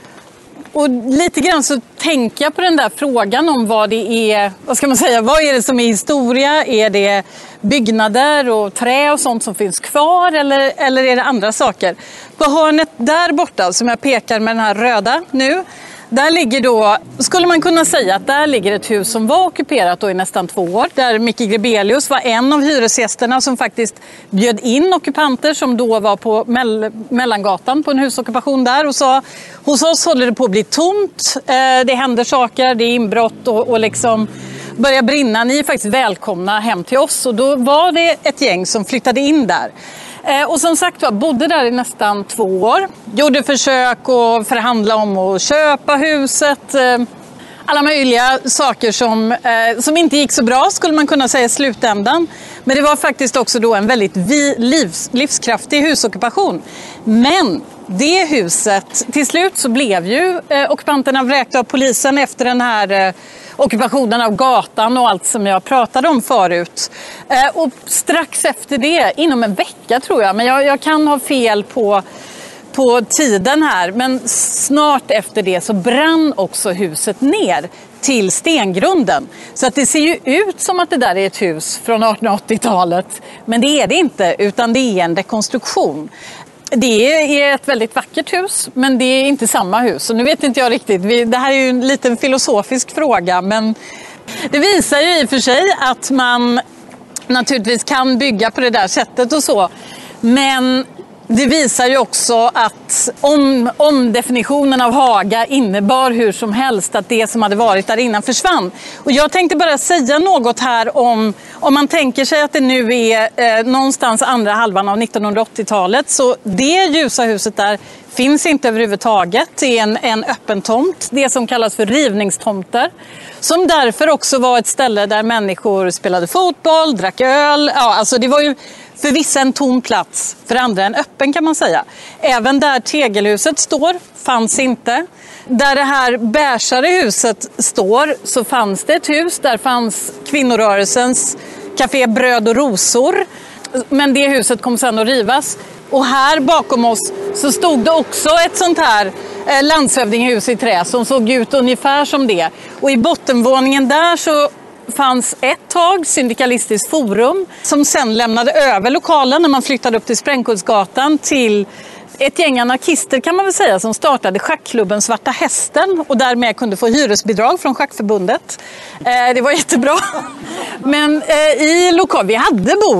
och lite grann så tänker jag på den där frågan om vad det är, vad ska man säga, vad är det som är historia? Är det byggnader och trä och sånt som finns kvar eller är det andra saker? På hörnet där borta som jag pekar med den här röda nu, där ligger då, skulle man kunna säga att där ligger ett hus som var ockuperat då i nästan 2 år. Där Micke Gribelius var en av hyresgästerna som faktiskt bjöd in ockupanter som då var på Mellangatan på en husockupation där och sa hos oss håller det på att bli tomt, det händer saker, det är inbrott och liksom börjar brinna, ni är faktiskt välkomna hem till oss. Och då var det ett gäng som flyttade in där. Och som sagt var, bodde där i nästan 2 år. Gjorde försök att förhandla om att köpa huset. Alla möjliga saker som inte gick så bra skulle man kunna säga i slutändan. Men det var faktiskt också då en väldigt livskraftig husockupation. Men det huset, till slut så blev ju ockupanterna vräkta av polisen efter den här ockupationen av gatan och allt som jag pratade om förut. Och strax efter det, inom en vecka tror jag, men jag kan ha fel på tiden här, men snart efter det så brann också huset ner till stengrunden. Så att det ser ju ut som att det där är ett hus från 1880-talet, men det är det inte, utan det är en rekonstruktion. Det är ett väldigt vackert hus, men det är inte samma hus. Så nu vet inte jag riktigt. Det här är ju en liten filosofisk fråga, men det visar ju i och för sig att man naturligtvis kan bygga på det där sättet och så. Men det visar ju också att om definitionen av Haga innebar hur som helst att det som hade varit där innan försvann. Och jag tänkte bara säga något här om man tänker sig att det nu är någonstans andra halvan av 1980-talet, så det ljusa huset där finns inte överhuvudtaget. Det är en öppen tomt, det som kallas för rivningstomter, som därför också var ett ställe där människor spelade fotboll, drack öl. Ja, alltså det var ju för vissa en tom plats, för andra en öppen kan man säga. Även där tegelhuset står fanns inte. Där det här bärsare huset står så fanns det ett hus. Där fanns kvinnorörelsens Café Bröd och Rosor. Men det huset kom sedan att rivas. Och här bakom oss så stod det också ett sånt här landshövdingehus i trä som såg ut ungefär som det. Och i bottenvåningen där så fanns ett tag Syndikalistiskt forum som sen lämnade över lokalen när man flyttade upp till Sprängkullsgatan till ett gäng anarkister kan man väl säga som startade schackklubben Svarta Hästen och därmed kunde få hyresbidrag från Schackförbundet. Det var jättebra. Men i lokal, vi hade bord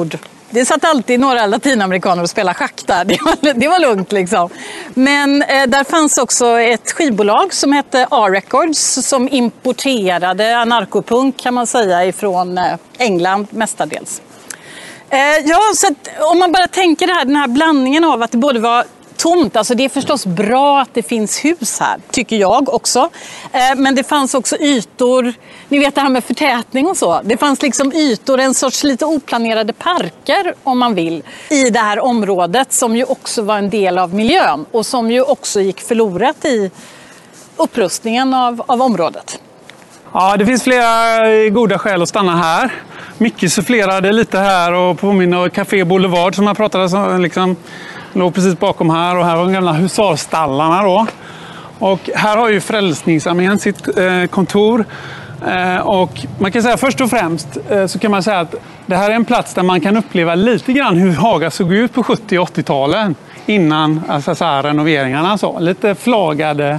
Det satt alltid några latinamerikaner och spelade schack där. Det var lugnt liksom. Men där fanns också ett skivbolag som hette A-Records som importerade anarkopunk kan man säga ifrån England mestadels. Ja, så att, om man bara tänker den här blandningen av att det både var tomt, alltså det är förstås bra att det finns hus här, tycker jag också. Men det fanns också ytor, ni vet det här med förtätning och så. Det fanns liksom ytor, en sorts lite oplanerade parker om man vill, i det här området som ju också var en del av miljön och som ju också gick förlorat i upprustningen av området. Ja, det finns flera goda skäl att stanna här. Micke sufflerade lite här och påminner Café Boulevard som jag pratade om, liksom låg precis bakom här, och här var de gamla husarstallarna då. Och här har ju Frälsningsarmén sitt kontor. Och man kan säga först och främst så kan man säga att det här är en plats där man kan uppleva lite grann hur Haga såg ut på 70- och 80-talen innan alltså så här renoveringarna. Så. Lite flagade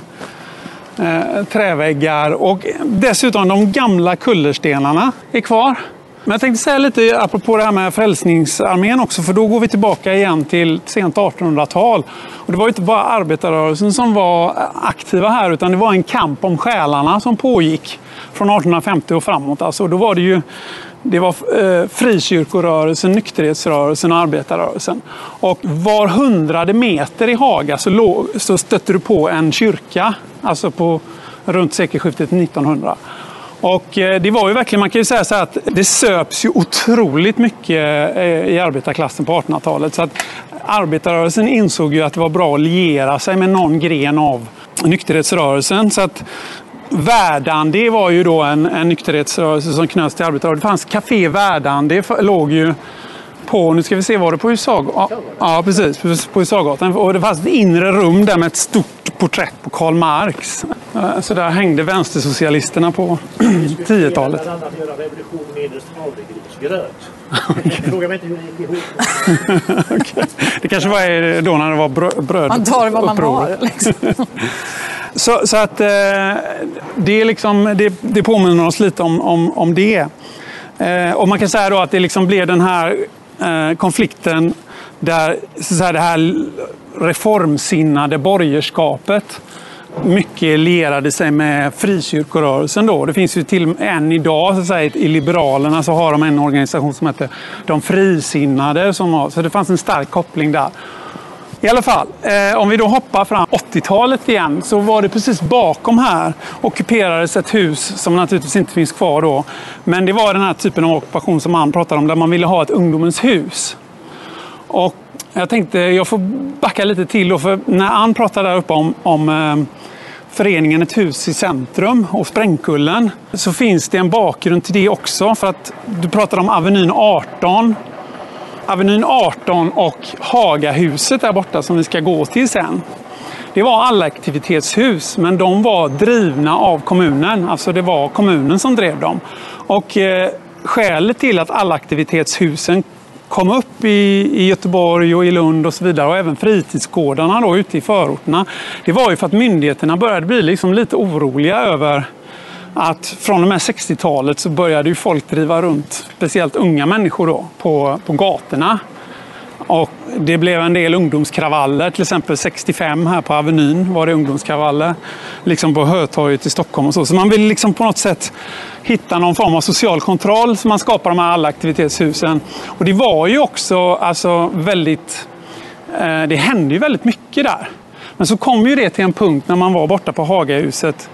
träväggar och dessutom de gamla kullerstenarna är kvar. Men jag tänkte säga lite apropå det här med Frälsningsarmén också, för då går vi tillbaka igen till sent 1800-tal. Och det var ju inte bara arbetarrörelsen som var aktiva här, utan det var en kamp om själarna som pågick från 1850 och framåt. Alltså, då var det var frikyrkorörelsen, nykterhetsrörelsen och arbetarrörelsen. Och var 100 meter i Haga så stötte du på en kyrka, alltså på runt sekelskiftet 1900. Och det var ju verkligen, man kan ju säga så här att det söps ju otroligt mycket i arbetarklassen på 1800-talet. Så att arbetarrörelsen insåg ju att det var bra att liera sig med någon gren av nykterhetsrörelsen. Så att Verdandi var ju då en nykterhetsrörelse som knöts till arbetarrörelsen. Det fanns Café Verdandi, det låg ju på, nu ska vi se, var det på Husagatan? Ja, precis, på Husagatan. Och det fanns ett inre rum där med ett stort porträtt på Karl Marx. Så där hängde vänstersocialisterna på 10-talet. Bland annat göra revolution med Strandegrynsgröt. Fråga mig inte hur det gick ihop. Okay. Det kanske var då när det var bröd. Man tar vad man har. Liksom. Så att det, är liksom, det påminner oss lite om det. Och man kan säga då att det liksom blev den här konflikten där så här, det här reformsinnade borgerskapet mycket lierade sig med frikyrkorörelsen då. Det finns ju till än idag så att säga, i Liberalerna så har de en organisation som heter De frisinnade. Så det fanns en stark koppling där. I alla fall, om vi då hoppar fram 80-talet igen så var det precis bakom här ockuperades ett hus som naturligtvis inte finns kvar då. Men det var den här typen av ockupation som man pratar om där man ville ha ett ungdomens hus. Och jag tänkte, jag får backa lite till då, för när Ann pratade där uppe om föreningen Ett hus i centrum och Sprängkullen så finns det en bakgrund till det också, för att du pratade om Avenyn 18. Avenyn 18 och Hagahuset där borta som vi ska gå till sen. Det var alla aktivitetshus, men de var drivna av kommunen. Alltså det var kommunen som drev dem. Och skälet till att alla aktivitetshusen kom upp i Göteborg och i Lund och så vidare, och även fritidsgårdarna då ute i förorterna, det var ju för att myndigheterna började bli liksom lite oroliga över att från och med 60-talet så började ju folk driva runt, speciellt unga människor då, på gatorna. Och det blev en del ungdomskravaller, till exempel 65 här på Avenyn var det ungdomskravaller, liksom på Hötorget i Stockholm och så. Så man vill liksom på något sätt hitta någon form av social kontroll som man skapar de här alla aktivitetshusen. Och det var ju också alltså väldigt, det hände ju väldigt mycket där. Men så kom ju det till en punkt när man var borta på Hagahuset,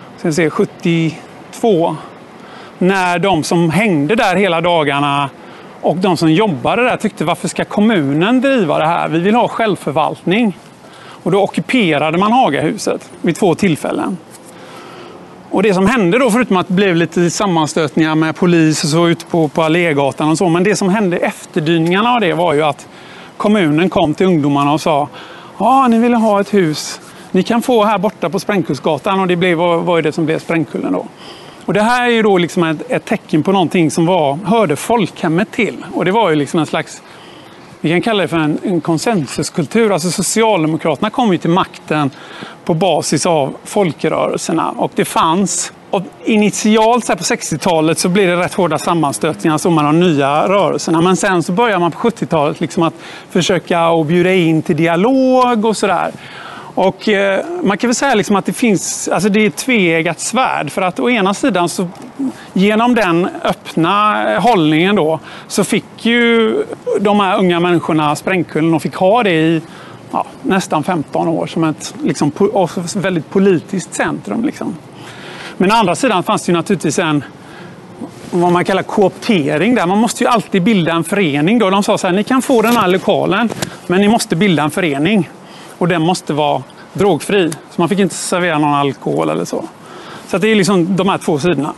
72, när de som hängde där hela dagarna och de som jobbade där tyckte, varför ska kommunen driva det här? Vi vill ha självförvaltning. Och då ockuperade man Hagahuset vid 2 tillfällen. Och det som hände då, förutom att det blev lite sammanstötningar med polis och så ute på Allégatan och så, men det som hände efterdyningarna av det var ju att kommunen kom till ungdomarna och sa, ja, ni ville ha ett hus. Ni kan få här borta på Sprängkullsgatan, och det var ju det som blev Sprängkullen då. Och det här är ju då liksom ett tecken på någonting som hörde folkhemmet till. Och det var ju liksom en slags vi kan kalla det för en konsensuskultur. Alltså Socialdemokraterna kom ju till makten på basis av folkrörelserna. Och det fanns, och initialt så här på 60-talet så blev det rätt hårda sammanstötningar som med de nya rörelserna. Men sen så börjar man på 70-talet liksom att försöka att bjuda in till dialog och sådär. Och man kan väl säga liksom att det finns, alltså det är ett tveeggat svärd, för att å ena sidan så genom den öppna hållningen då så fick ju de här unga människorna sprängkullen och fick ha det i nästan 15 år som ett liksom, väldigt politiskt centrum liksom. Men å andra sidan fanns det ju naturligtvis en vad man kallar kooptering där. Man måste ju alltid bilda en förening då. De sa så här, ni kan få den här lokalen men ni måste bilda en förening. Och den måste vara drogfri. Så man fick inte servera någon alkohol eller så. Så att det är liksom de här två sidorna.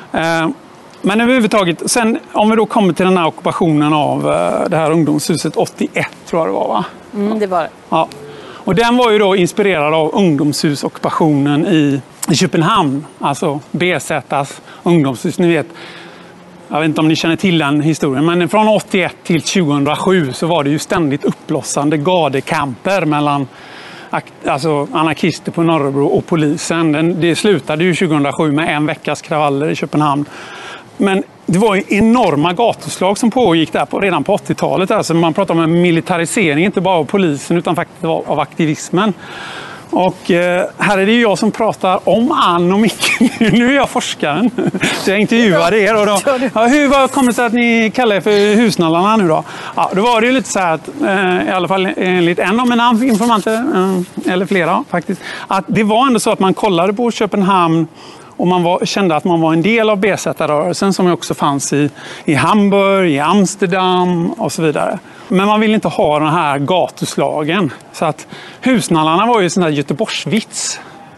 Men överhuvudtaget, sen om vi då kommer till den här ockupationen av det här ungdomshuset 81 tror jag det var, va? Det var det. Ja. Och den var ju då inspirerad av ungdomshusockupationen i Köpenhamn. Alltså BZ:s ungdomshus, ni vet. Jag vet inte om ni känner till den historien, men från 81 till 2007 så var det ju ständigt uppblossande gadekamper mellan alltså anarkister på Norrebro och polisen. Det slutade ju 2007 med en veckas kravaller i Köpenhamn. Men det var ju enorma gatuslag som pågick där redan på 80-talet. Alltså man pratar om en militarisering, inte bara av polisen utan faktiskt av aktivismen. Och här är det ju jag som pratar om Ann och Micke. Nu är jag forskaren. Så jag intervjuade er. Och då, hur kommer det sig att ni kallar er för husnallarna nu då? Ja, då var det ju lite så här att, i alla fall enligt en av mina informanter, eller flera faktiskt, att det var ändå så att man kollade på Köpenhamn och man kände att man var en del av BZ-rörelsen som också fanns i Hamburg, i Amsterdam och så vidare. Men man ville inte ha den här gatuslagen. Så att husnallarna var ju en sån där Göteborgsvits.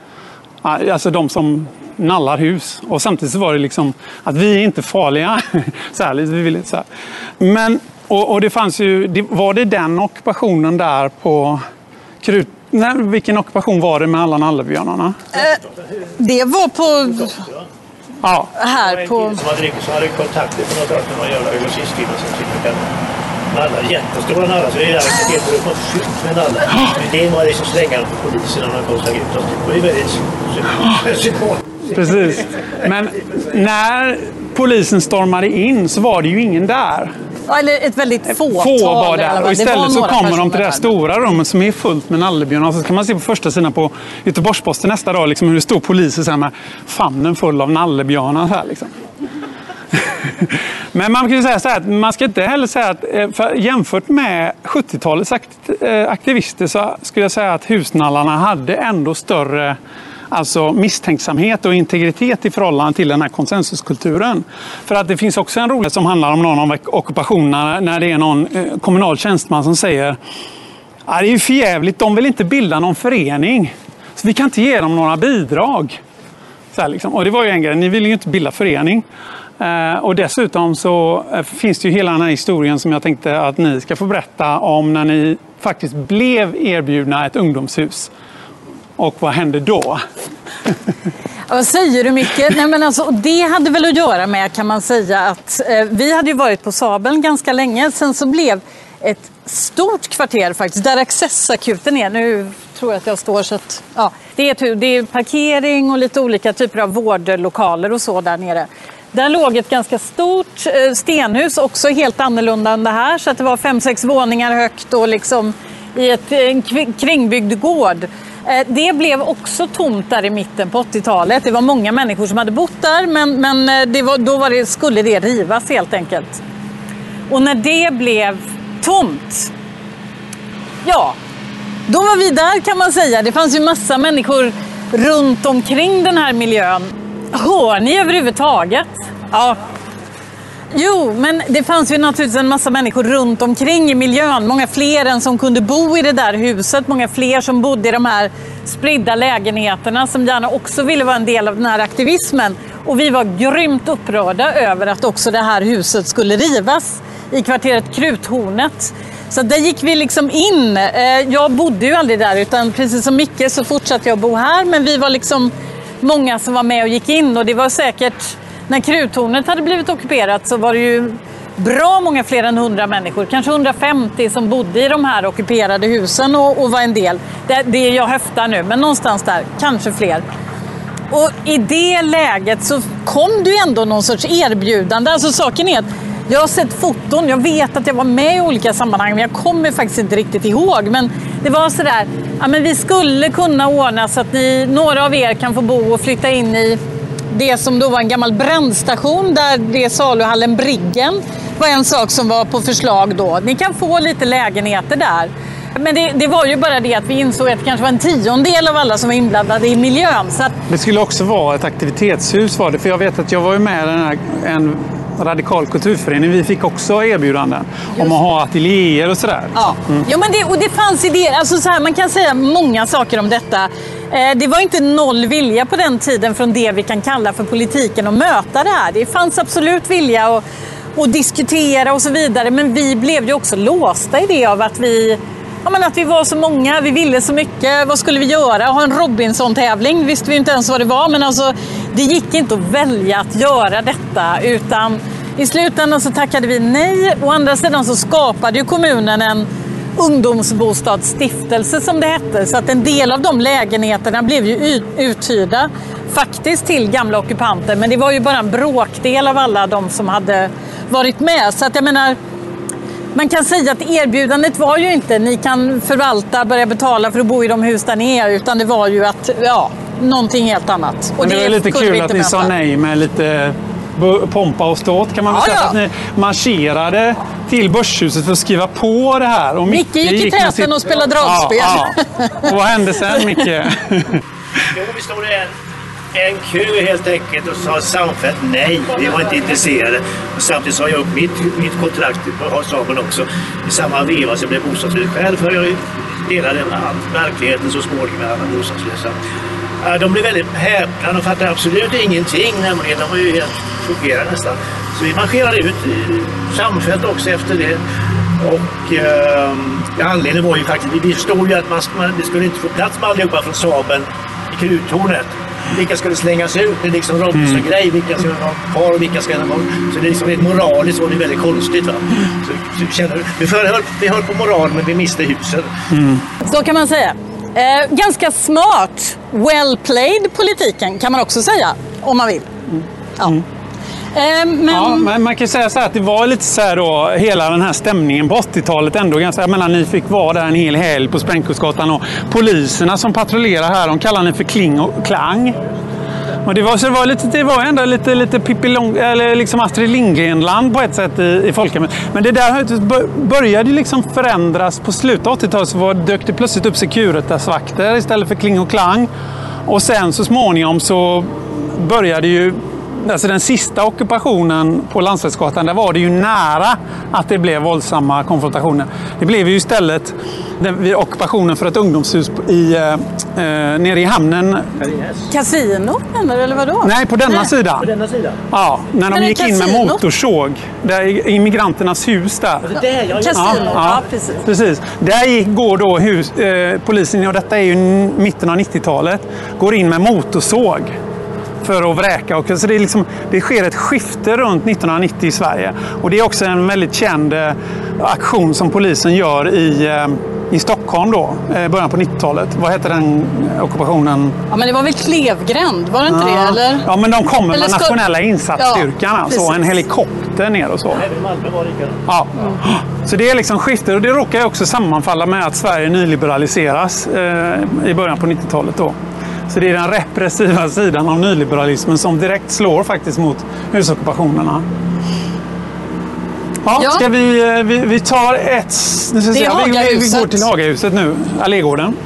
Alltså de som nallar hus. Och samtidigt så var det liksom att vi är inte farliga. Så här, vi vill inte så här. Men, och det fanns ju, var det den ockupationen där på Krut? Nej, vilken ockupation var det med alla nallebjörnarna? Det var på... Ja. Här på... Som hade kontakter för något år sedan och göra grossistfilmer som sitter nallar, jättestora nallar, så det är helt något fyllt med nallar. Men det var liksom slängar på polisen när man kom ut oss. Det var ju väldigt symbol. Precis. Men när polisen stormade in så var det ju ingen där. Eller ett väldigt få var där. Och istället så kommer de till det här stora rummet som är fullt med nallebjörnar. Och så kan man se på första sidan på Göteborgsposten nästa dag liksom, hur det står poliser så här med famnen full av nallebjörnar. Här, liksom. Men man kan ju säga så här att man ska inte heller säga att för jämfört med 70-talets aktivister så skulle jag säga att husnallarna hade ändå större alltså misstänksamhet och integritet i förhållande till den här konsensuskulturen. För att det finns också en rolig som handlar om någon av ockupationerna när det är någon kommunal tjänsteman som säger det är ju förjävligt, de vill inte bilda någon förening. Så vi kan inte ge dem några bidrag. Så här liksom. Och det var ju en grej, ni vill ju inte bilda förening. Och dessutom så finns det ju hela den här historien som jag tänkte att ni ska få berätta om när ni faktiskt blev erbjudna ett ungdomshus. Och vad hände då? Vad säger du mycket? Nej, men alltså, det hade väl att göra med kan man säga att vi hade ju varit på Sabeln ganska länge. Sen så blev ett stort kvarter faktiskt där accessakuten är. Nu tror jag att jag står så att ja, det är parkering och lite olika typer av vårdlokaler och så där nere. Där låg ett ganska stort stenhus, också helt annorlunda än det här. Så att det var 5-6 våningar högt och liksom i en kringbyggd gård. Det blev också tomt där i mitten på 80-talet. Det var många människor som hade bott där, men skulle det rivas helt enkelt. Och när det blev tomt, ja, då var vi där kan man säga. Det fanns ju massa människor runt omkring den här miljön. Hör ni överhuvudtaget? Ja. Jo, men det fanns ju naturligtvis en massa människor runt omkring i miljön. Många fler än som kunde bo i det där huset. Många fler som bodde i de här spridda lägenheterna som gärna också ville vara en del av den här aktivismen. Och vi var grymt upprörda över att också det här huset skulle rivas i kvarteret Kruthornet. Så där gick vi liksom in. Jag bodde ju aldrig där utan precis som Micke så fortsatte jag bo här. Men vi var liksom många som var med och gick in och det var säkert... När Kruthornet hade blivit ockuperat så var det ju bra många fler än 100 människor, kanske 150 som bodde i de här ockuperade husen och var en del. Det är jag höftar nu, men någonstans där, kanske fler. Och i det läget så kom det ju ändå någon sorts erbjudande. Alltså saken är att jag har sett foton, jag vet att jag var med i olika sammanhang, men jag kommer faktiskt inte riktigt ihåg. Men det var sådär, ja men vi skulle kunna ordna så att några av er kan få bo och flytta in i det som då var en gammal brandstation, där det saluhallen Briggen var en sak som var på förslag då. Ni kan få lite lägenheter där. Men det var ju bara det att vi insåg att det kanske var en 10-del av alla som var inblandade i miljön. Så att... Det skulle också vara ett aktivitetshus var det, för jag vet att jag var ju med i en radikal kulturförening. Vi fick också erbjudanden om att ha ateljéer och sådär. Ja, ja men det fanns idéer. Alltså så här, man kan säga många saker om detta. Det var inte noll vilja på den tiden från det vi kan kalla för politiken att möta det här. Det fanns absolut vilja att diskutera och så vidare. Men vi blev ju också låsta i det av att vi var så många, vi ville så mycket. Vad skulle vi göra? Ha en Robinson-tävling? Visste vi inte ens vad det var. Men alltså, det gick inte att välja att göra detta. Utan i slutändan så tackade vi nej. Å andra sidan så skapade ju kommunen en ungdomsbostadsstiftelse som det hette. Så att en del av de lägenheterna blev ju uthyrda faktiskt till gamla ockupanter. Men det var ju bara en bråkdel av alla de som hade varit med. Så att jag menar... Man kan säga att erbjudandet var ju inte ni kan förvalta, börja betala för att bo i de hus där ni är, utan det var ju att, någonting helt annat. Och det var lite kul att ni sa nej med lite pompa och ståt, kan man väl säga. Att ni marscherade till Börshuset för att skriva på det här. Och Micke gick i täten och spelade dragspel. Och vad hände sen, Micke? Vi stod en kö helt enkelt och sa samfällt nej, vi var inte intresserade. Och samtidigt sa jag upp mitt kontrakt på Saben också. I samma veva så blev bostadslös själv, för jag delade verkligheten så småningom med alla bostadslösa. De blev väldigt häpna, de fattade absolut ingenting, nämligen de var ju helt chockerade nästan. Så vi marscherade ut samfällt också efter det. Och anledningen var ju faktiskt, vi förstod ju att det skulle inte få plats med allihopa från Saben i kruttornet. Vilka skulle slängas ut? Det är liksom Robinson-grej. Vilka ska vara kvar och vilka ska vara... Så det är liksom ett moraliskt var det väldigt konstigt. Va? Så vi höll på moral, men vi miste huset. Så kan man säga. Ganska smart, well played politiken kan man också säga, om man vill. Ja. Men man kan ju säga så här att det var lite så här då, hela den här stämningen på 80-talet ändå ganska, jag menar, ni fick vara där en hel helg på Sprängkursgatan och poliserna som patrullerar här, de kallar ni för kling och klang. Och det var ändå lite Pippi eller liksom Astrid Lindgren-land på ett sätt i folkhemmet. Men det där började liksom förändras på slutet av 80-talet, så dök det plötsligt upp Securitas-vakter istället för kling och klang. Och sen så småningom så började ju, alltså den sista ockupationen på Landsvägsgatan, där var det ju nära att det blev våldsamma konfrontationer. Det blev ju istället vid ockupationen för ett ungdomshus nere i hamnen. Casino, eller vadå? Nej, på denna sida. På denna sida? Ja, när de gick in med motorsåg. Där immigranternas hus där. Casino, ja, precis. Där går då polisen, och detta är ju mitten av 90-talet, går in med motorsåg för att vräka. Och så det sker ett skifte runt 1990 i Sverige. Och det är också en väldigt känd aktion som polisen gör i Stockholm då, början på 90-talet. Vad heter den ockupationen? Ja, men det var väl Klevgränd, var det inte det? Eller? Ja, men de kommer med nationella insatsstyrkan, alltså en helikopter ner och så. Även Malmö var det. Ja. Så det är liksom skifte, och det råkar ju också sammanfalla med att Sverige nyliberaliseras i början på 90-talet då. Så det är den repressiva sidan av nyliberalismen som direkt slår faktiskt mot husockupationerna. Ja, ska vi tar ett... Nu ska vi går till Hagahuset nu, Allégården.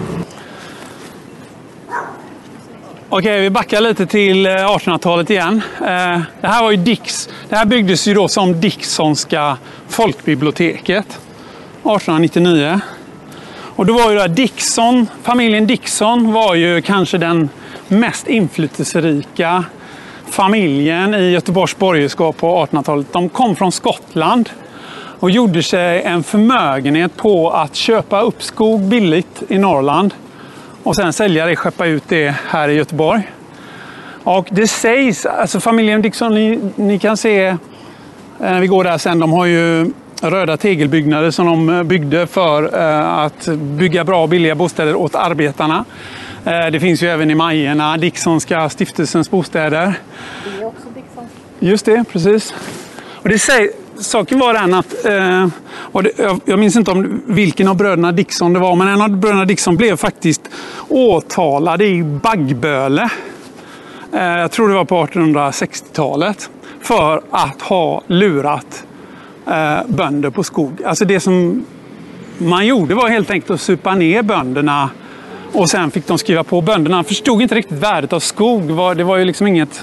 Okej, vi backar lite till 1800-talet igen. Det här var ju det här byggdes ju då som Dicksonska folkbiblioteket 1899. Och då var ju det familjen Dickson var ju kanske den mest inflytelserika familjen i Göteborgs borgerskap på 1800-talet. De kom från Skottland och gjorde sig en förmögenhet på att köpa upp skog billigt i Norrland och sen sälja det, skeppa ut det här i Göteborg. Och det sägs, alltså familjen Dickson, ni kan se När vi går där sen, de har ju röda tegelbyggnader som de byggde för att bygga bra och billiga bostäder åt arbetarna. Det finns ju även i Majerna, Dicksonska stiftelsens bostäder. Det är också Dickson. Just det, precis. Och saken var den att, jag minns inte om vilken av bröderna Dickson det var, men en av bröderna Dickson blev faktiskt åtalad i Baggböle. Jag tror det var på 1860-talet. För att ha lurat bönder på skog. Alltså det som man gjorde var helt enkelt att supa ner bönderna. Och sen fick de skriva på. Bönderna förstod inte riktigt värdet av skog. Det var ju liksom inget...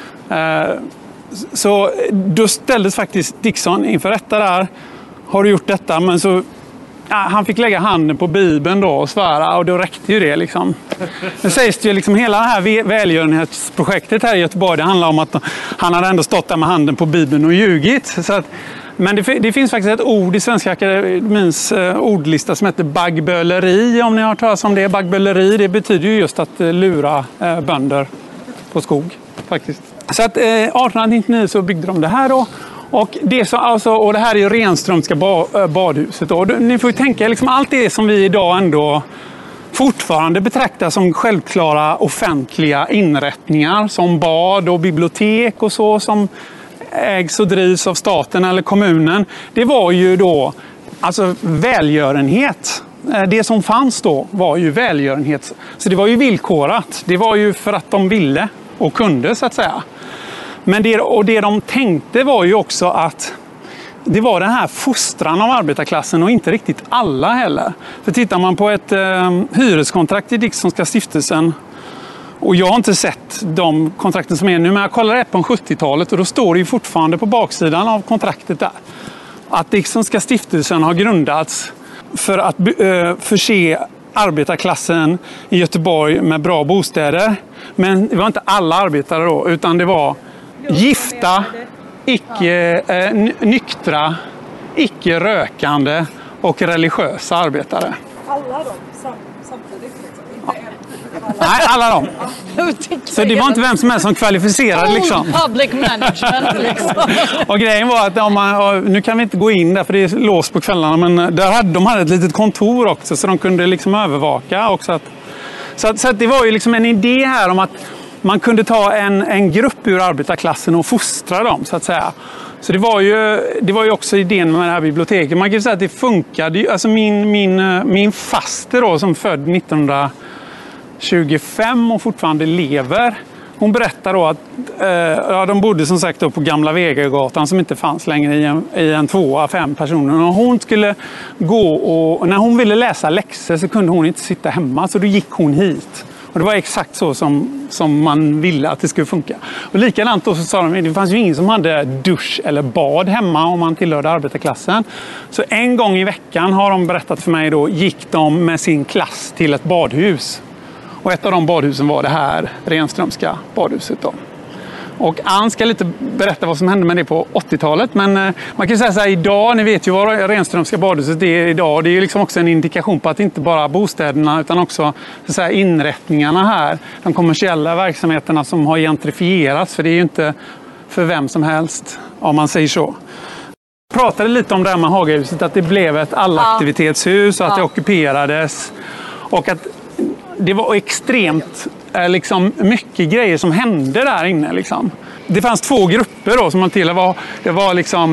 Så då ställdes faktiskt Dickson inför rätta där. Har du gjort detta? Men så... han fick lägga handen på Bibeln då och svära. Och då räckte ju det liksom. Det sägs det ju liksom hela det här välgörenhetsprojektet här i Göteborg. Det handlar om att han hade ändå stått där med handen på Bibeln och ljugit. Så att, men det finns faktiskt ett ord i Svenska Akademins ordlista som heter baggböleri. Om ni har hört talas om det. Baggböleri, det betyder ju just att lura bönder på skog faktiskt. Så att 1899 så byggde de det här då. Och det här är ju Renströmska badhuset då. Ni får ju tänka liksom allt det som vi idag ändå fortfarande betraktar som självklara offentliga inrättningar som bad och bibliotek och så som ägs och drivs av staten eller kommunen. Det var ju då alltså välgörenhet. Det som fanns då var ju välgörenhet. Så det var ju villkorat. Det var ju för att de ville och kunde så att säga. Men det de tänkte var ju också att det var den här fostran av arbetarklassen och inte riktigt alla heller. För tittar man på ett hyreskontrakt i Dicksonska stiftelsen, och jag har inte sett de kontrakten som är nu, men jag kollar ett på 70-talet och då står det ju fortfarande på baksidan av kontraktet där att Dicksonska stiftelsen har grundats för att förse arbetarklassen i Göteborg med bra bostäder. Men det var inte alla arbetare då, utan det var gifta, nyktra, icke-rökande och religiösa arbetare. Alla de samtidigt liksom? Nej, alla de. Så det var inte vem som helst som kvalificerade liksom. Public management liksom. Och grejen var att nu kan vi inte gå in där för det är låst på kvällarna, men de hade ett litet kontor också så de kunde liksom övervaka också. Så det var ju liksom en idé här om att man kunde ta en grupp ur arbetarklassen och fostra dem så att säga. Så det var ju också idén med det här biblioteket. Man kan ju säga att det funkade. Alltså min faster då som född 1925 och fortfarande lever. Hon berättar då att de bodde som sagt då på Gamla Vegagatan som inte fanns längre i en 2-5 personer. Och hon skulle gå och när hon ville läsa läxor så kunde hon inte sitta hemma så då gick hon hit. Och det var exakt så som man ville att det skulle funka. Och likadant då så sa de att det fanns ju ingen som hade dusch eller bad hemma om man tillhörde arbetarklassen. Så en gång i veckan har de berättat för mig då gick de med sin klass till ett badhus. Och ett av de badhusen var det här Renströmska badhuset då. Och Ann ska lite berätta vad som hände med det på 80-talet. Men man kan säga så här, idag, ni vet ju vad Renströmska badhuset är idag. Det är ju liksom också en indikation på att inte bara bostäderna utan också så här, inrättningarna här. De kommersiella verksamheterna som har gentrifierats. För det är ju inte för vem som helst, om man säger så. Jag pratade lite om det här med Hagahuset, att det blev ett allaktivitetshus och att det ockuperades. Och att det var extremt liksom, mycket grejer som hände där inne. Liksom. Det fanns 2 grupper då, som man tillhörde. Det var liksom,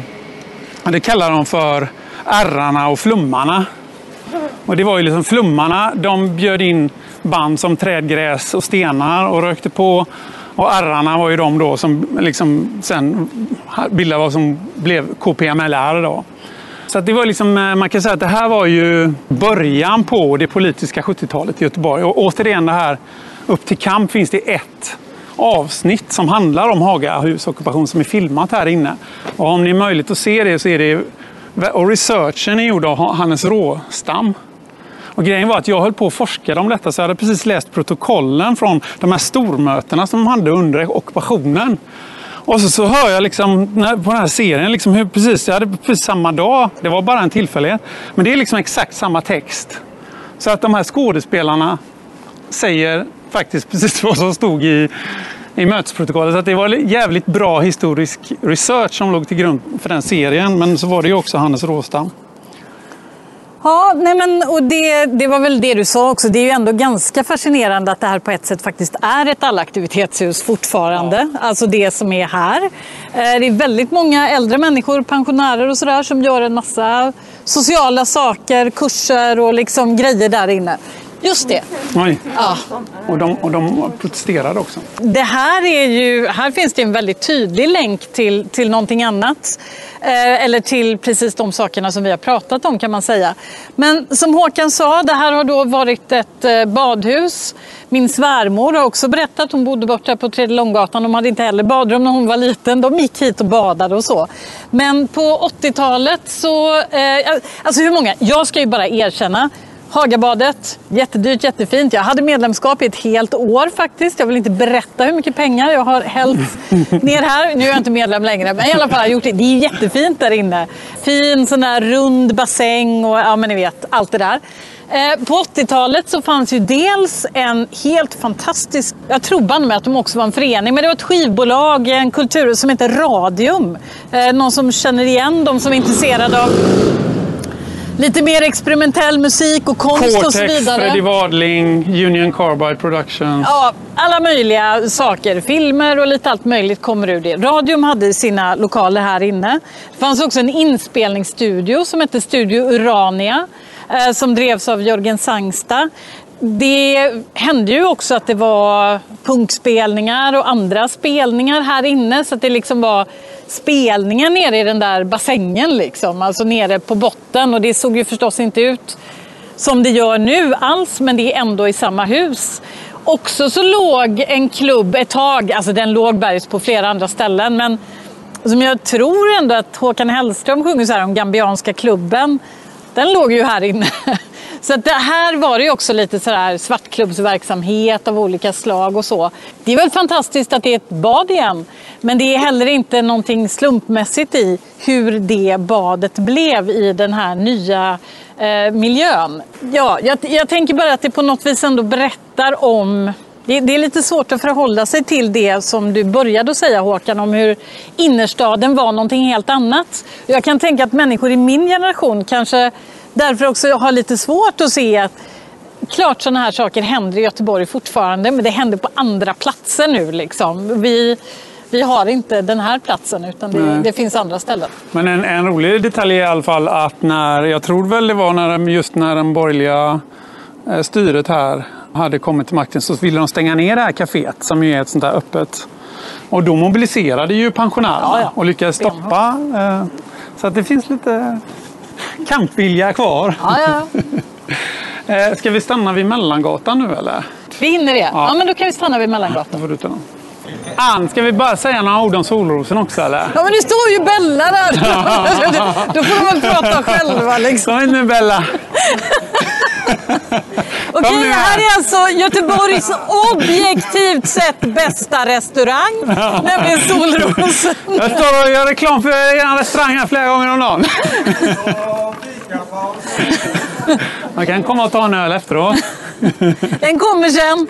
det kallar de för ärrarna och flummarna. Och det var ju liksom flummarna, de bjöd in band som trädgräs och stenar och rökte på. Och ärrarna var ju de då som liksom sen bildade vad som blev KPMLR då. Så att det var liksom, man kan säga att det här var ju början på det politiska 70-talet i Göteborg. Och återigen det här, upp till kamp finns det ett avsnitt som handlar om Hagahusockupation som är filmat här inne. Och om ni är möjligt att se det så är det, och researchen är gjord av Hannes Råstam. Och grejen var att jag höll på att forska om detta så jag hade precis läst protokollen från de här stormötena som de hade under ockupationen. Och så hör jag liksom på den här serien liksom hur jag hade precis samma dag, det var bara en tillfällighet, men det är liksom exakt samma text. Så att de här skådespelarna säger faktiskt precis vad som stod i mötesprotokollet. Så att det var jävligt bra historisk research som låg till grund för den serien. Men så var det ju också Hannes Råstam. Ja, nej men, och det var väl det du sa också. Det är ju ändå ganska fascinerande att det här på ett sätt faktiskt är ett allaktivitetshus fortfarande. Ja. Alltså det som är här. Det är väldigt många äldre människor, pensionärer och sådär som gör en massa sociala saker, kurser och liksom grejer där inne. Just det. Oj. Ja. Och de protesterade också. Det här är ju, här finns det en väldigt tydlig länk till någonting annat. Eller till precis de sakerna som vi har pratat om kan man säga. Men som Håkan sa, det här har då varit ett badhus. Min svärmor har också berättat, hon bodde borta på Tredje Långgatan. De hade inte heller badrum när hon var liten. De gick hit och badade och så. Men på 80-talet så, alltså hur många? Jag ska ju bara erkänna. Hagabadet, jättedyrt, jättefint. Jag hade medlemskap i ett helt år faktiskt. Jag vill inte berätta hur mycket pengar jag har hällt ner här. Nu är jag inte medlem längre, men i alla fall har jag gjort det. Det är jättefint där inne. Fin sån där rund bassäng och ja men ni vet, allt det där. På 80-talet så fanns ju dels en helt fantastisk, jag tror band med att de också var en förening, men det var ett skivbolag, en kultur som heter Radium. Någon som känner igen, de som är intresserade av lite mer experimentell musik och konst Cortex, och så vidare. Freddie Wadling, Union Carbide Productions. Ja, alla möjliga saker. Filmer och lite allt möjligt kommer ur det. Radium hade sina lokaler här inne. Det fanns också en inspelningsstudio som hette Studio Urania som drevs av Jörgen Sangsta. Det hände ju också att det var punkspelningar och andra spelningar här inne, så att det liksom var spelningar nere i den där bassängen liksom, alltså nere på botten, och det såg ju förstås inte ut som det gör nu alls, men det är ändå i samma hus. Också så låg en klubb ett tag, alltså den låg bergs på flera andra ställen, men som jag tror ändå att Håkan Hellström sjunger så här om Gambianska klubben, den låg ju här inne. Så att det här var ju också lite så här svartklubbsverksamhet av olika slag och så. Det är väl fantastiskt att det är ett bad igen. Men det är heller inte någonting slumpmässigt i hur det badet blev i den här nya miljön. Ja, jag tänker bara att det på något vis ändå berättar om... Det är lite svårt att förhålla sig till det som du började att säga, Håkan, om hur innerstaden var någonting helt annat. Jag kan tänka att människor i min generation kanske därför också har lite svårt att se att klart sådana här saker händer i Göteborg fortfarande, men det händer på andra platser nu liksom. Vi har inte den här platsen, utan det finns andra ställen. Men en rolig detalj är i alla fall att jag tror väl det var när den borgerliga styret här hade kommit till makten, så ville de stänga ner det här kaféet som ju är ett sånt där öppet. Och då mobiliserade ju pensionärerna och lyckades stoppa. Så att det finns lite kampvilja kvar. Ska vi stanna vid Mellangatan nu eller? Vi hinner det. Ja, men då kan vi stanna vid Mellangatan. Får du ta Ann, ska vi bara säga några ord om Solrosen också eller? Ja, men det står ju Bella där. Då får de väl prata själva liksom. Kom in nu Bella. Okej, det här är alltså Göteborgs objektivt sett bästa restaurang, nämligen Solrosen. Jag står och gör reklam för er restaurang här flera gånger om dagen. Man kan komma och ta en öl efteråt. Den kommer sen.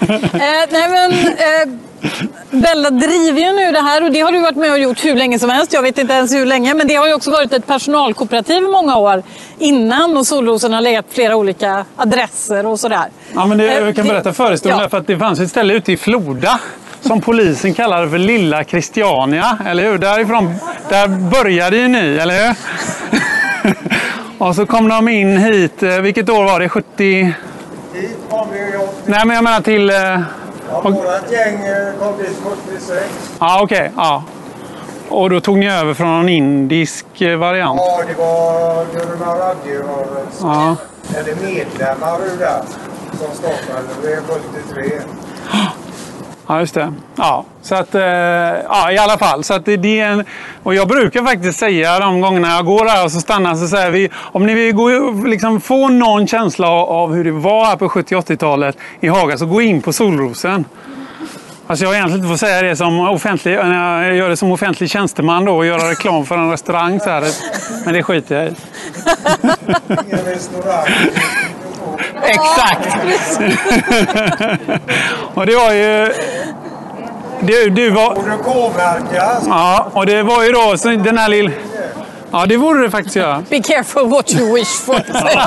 Bella driver ju nu det här, och det har du varit med och gjort hur länge som helst. Jag vet inte ens hur länge, men det har ju också varit ett personalkooperativ i många år innan, och Solrosen har legat flera olika adresser och sådär. Ja, men jag kan berätta förhistorien för att det fanns ett ställe ute i Floda som polisen kallade för Lilla Christiania, eller hur? Där började ju ni, eller hur? Och så kom de in hit, vilket år var det? 70? Hit kom vi 80. Nej, men jag menar till... Vårat gäng kom dit 76. Ja, okej. Ja. Och då tog ni över från någon indisk variant? Ja, det var Gurma Radio-rörelsen. Ja. Eller medlemmar ur där som startade. Det är 73. Ja, just det. Ja, så att, i alla fall. Så att det är och jag brukar faktiskt säga de gångerna jag går här och så stannar, så säger vi, om ni vill liksom få någon känsla av hur det var här på 70-80-talet i Haga, så gå in på Solrosen. Alltså jag egentligen inte får säga det som offentlig, när jag gör det som offentlig tjänsteman då och göra reklam för en restaurang så här. Men det skiter jag i. Ingen restaurang. Exakt! Och det var ju... Du var... Borde K-märkas. Ja, och det var ju då så den här lilla... Ja, det vore det faktiskt, ja. Be careful what you wish for.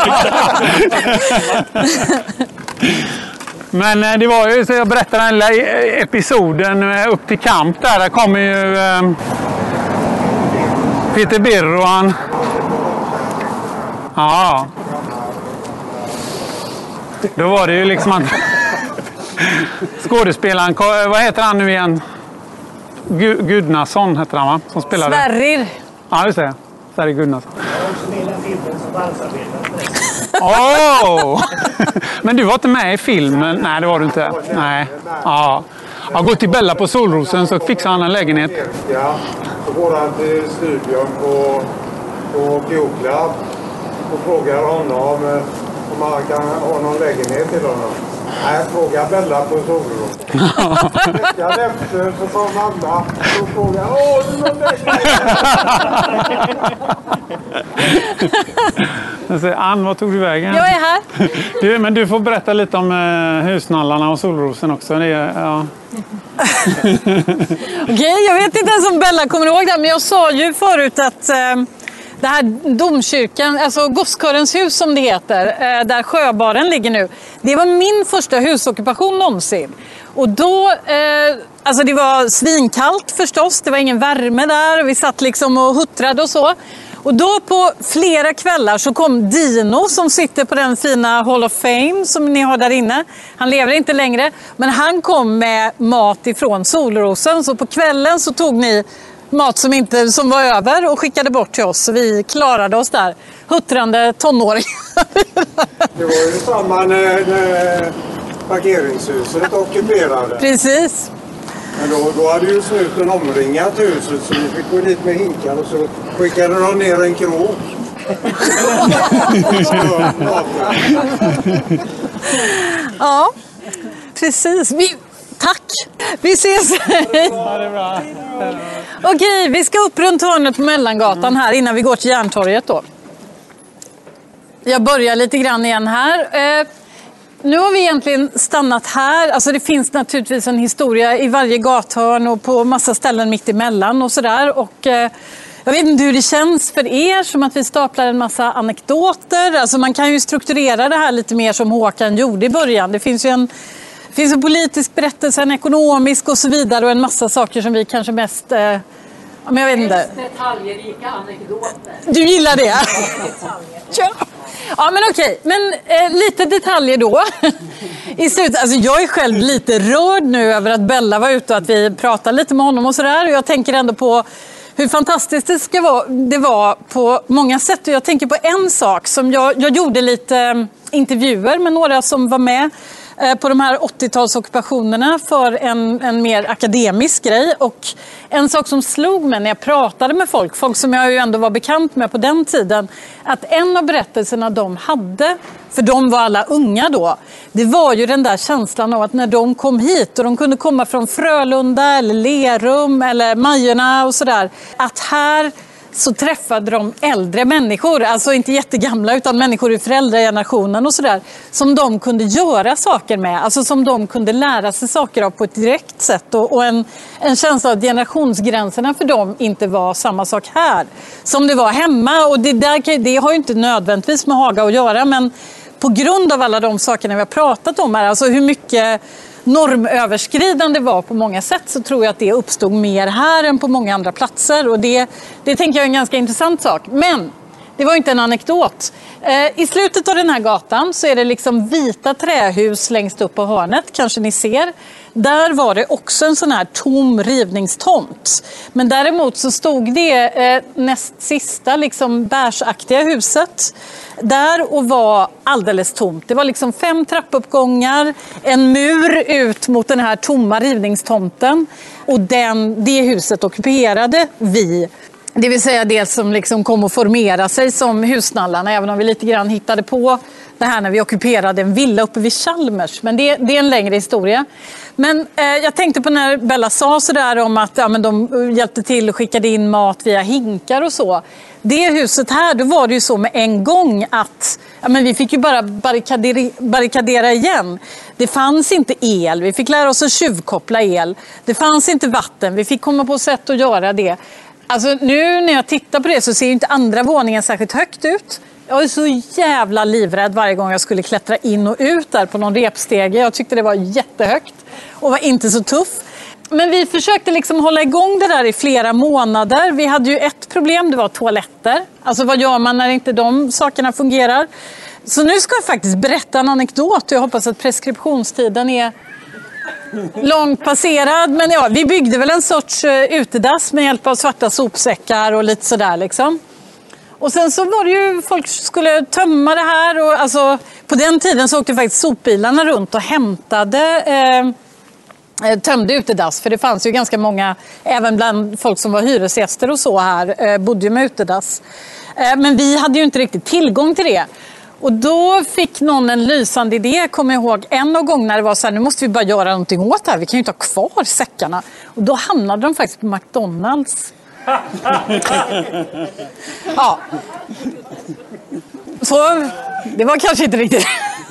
Men det var ju, så jag berättade den lilla episoden upp till kamp där. Där kommer ju Peter Birro, han... Ja. Då var det ju liksom att... Skådespelaren, vad heter han nu igen? Gudnason heter han, va? Som spelade. Sverrir. Ja, just det. Sverrir Gudnason. Men du var inte med i filmen? Nej, det var du inte. Nej. Ja. Jag går till Bella på Solrosen så fixar han en lägenhet. Ja, så går han till studion på Q-Club och frågar honom om han kan ha någon lägenhet till honom. Nej, fråga Bella på Solrosen. Veckan efter så kom Anna och frågade du någon lägenhet? Ann, vad tog du vägen? Jag är här. Men du får berätta lite om husnallarna och Solrosen också. Det är, ja. Okej, jag vet inte ens om Bella kommer ihåg det, men jag sa ju förut att det här domkyrkan, alltså Gosskörens hus som det heter, där sjöbaren ligger nu, det var min första husockupation någonsin. Och då, alltså det var svinkallt förstås, det var ingen värme där, vi satt liksom och huttrade och så. Och då på flera kvällar så kom Dino som sitter på den fina Hall of Fame som ni har där inne. Han lever inte längre, men han kom med mat ifrån Solrosen. Så på kvällen så tog ni mat som var över och skickade bort till oss. Så vi klarade oss där, huttrande tonåringar. Det var ju samma när parkeringshuset ockuperade. Precis. Men då hade ju snuten omringat huset så vi fick gå dit med hinkar och så skickade de ner en krok. Ja, precis. Tack! Vi ses! Ja, det är bra. Okej, vi ska upp runt hörnet på Mellangatan här innan vi går till Järntorget då. Jag börjar lite grann igen här. Nu har vi egentligen stannat här. Alltså det finns naturligtvis en historia i varje gathörn och på massa ställen mitt emellan och sådär. Och jag vet inte hur det känns för er, som att vi staplar en massa anekdoter. Alltså man kan ju strukturera det här lite mer som Håkan gjorde i början. Det finns ju en politisk berättelse, en ekonomisk och så vidare och en massa saker som vi kanske mest... men jag vet inte. Detaljrika anekdoter. Du gillar det? Ja. Ja, men okej. Men lite detaljer då. I slutet, alltså jag är själv lite rörd nu över att Bella var ute och att vi pratade lite med honom och sådär. Och jag tänker ändå på hur fantastiskt det var på många sätt. Och jag tänker på en sak som jag gjorde lite intervjuer med några som var med på de här 80-talsockupationerna för en mer akademisk grej. Och en sak som slog mig när jag pratade med folk som jag ju ändå var bekant med på den tiden, att en av berättelserna de hade, för de var alla unga då, det var ju den där känslan av att när de kom hit, och de kunde komma från Frölunda eller Lerum eller Majorna och sådär, att här så träffade de äldre människor, alltså inte jättegamla utan människor i föräldragenerationen och sådär, som de kunde göra saker med, alltså som de kunde lära sig saker av på ett direkt sätt, och en känsla av att generationsgränserna för dem inte var samma sak här som det var hemma. Och det har ju inte nödvändigtvis med Haga att göra, men på grund av alla de sakerna vi har pratat om här, alltså hur mycket normöverskridande var på många sätt, så tror jag att det uppstod mer här än på många andra platser. Och det tänker jag är en ganska intressant sak. Men det var inte en anekdot. I slutet av den här gatan så är det liksom vita trähus längst upp på hörnet, kanske ni ser. Där var det också en sån här tom rivningstomt. Men däremot så stod det näst sista liksom bärsaktiga huset där och var alldeles tomt. Det var liksom 5 trappuppgångar, en mur ut mot den här tomma rivningstomten. Och det huset ockuperade vi Det vill säga det som liksom kom att formera sig som husnallarna, även om vi lite grann hittade på det här när vi ockuperade en villa uppe vid Chalmers. Men det är en längre historia. Men jag tänkte på när Bella sa sådär om att men de hjälpte till och skickade in mat via hinkar och så. Det huset här, då var det ju så med en gång att men vi fick ju bara barrikadera igen. Det fanns inte el, vi fick lära oss att tjuvkoppla el. Det fanns inte vatten, vi fick komma på sätt att göra det. Alltså nu när jag tittar på det så ser ju inte andra våningen särskilt högt ut. Jag är så jävla livrädd varje gång jag skulle klättra in och ut där på någon repstege. Jag tyckte det var jättehögt och var inte så tuff. Men vi försökte liksom hålla igång det där i flera månader. Vi hade ju ett problem, det var toaletter. Alltså vad gör man när inte de sakerna fungerar? Så nu ska jag faktiskt berätta en anekdot. Jag hoppas att preskriptionstiden är långt passerad. Men ja, vi byggde väl en sorts utedass med hjälp av svarta sopsäckar och lite sådär liksom. Och sen så var det ju, folk skulle tömma det här. Och alltså, på den tiden så åkte faktiskt sopbilarna runt och tömde utedass. För det fanns ju ganska många, även bland folk som var hyresgäster och så här, bodde ju med utedass. Men vi hade ju inte riktigt tillgång till det. Och då fick någon en lysande idé, kommer jag ihåg, en av gångerna det var så här, nu måste vi bara göra någonting åt det här. Vi kan ju inte ha kvar säckarna. Och då hamnade de faktiskt på McDonald's. Ja. Så det var kanske inte riktigt.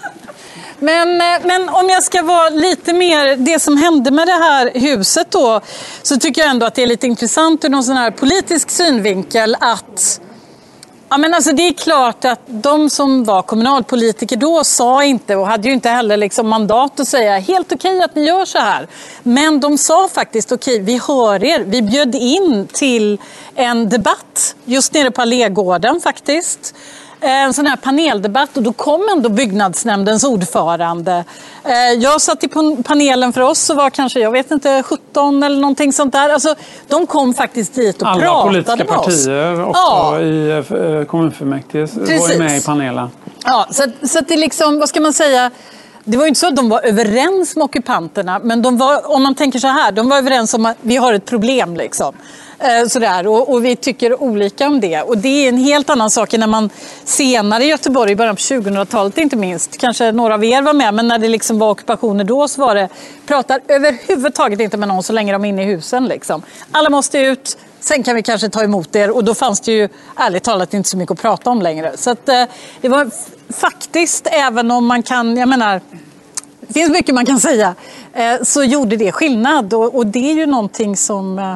Men om jag ska vara lite mer det som hände med det här huset då, så tycker jag ändå att det är lite intressant ur någon sån här politisk synvinkel att men alltså det är klart att de som var kommunalpolitiker då sa inte och hade ju inte heller liksom mandat att säga helt okej att ni gör så här. Men de sa faktiskt okej, vi hör er. Vi bjöd in till en debatt just nere på Allégården faktiskt. En sån här paneldebatt och då kom ändå byggnadsnämndens ordförande. Jag satt i panelen för oss så var kanske, jag vet inte, 17 eller någonting sånt där. Alltså, de kom faktiskt dit och alla pratade med oss. Alla politiska partier också i kommunfullmäktige var ju med i panelen. Ja, så att det liksom, vad ska man säga... Det var ju inte så att de var överens med ockupanterna, men de var, om man tänker så här, de var överens om att vi har ett problem liksom. Sådär, och vi tycker olika om det. Och det är en helt annan sak än när man senare i Göteborg, i början på 2000-talet inte minst, kanske några av er var med, men när det liksom var ockupationer då så var det, pratar överhuvudtaget inte med någon så länge de är inne i husen liksom. Alla måste ut, sen kan vi kanske ta emot er, och då fanns det ju ärligt talat inte så mycket att prata om längre. Så att det var faktiskt, även om man kan, jag menar, det finns mycket man kan säga, så gjorde det skillnad, och det är ju någonting som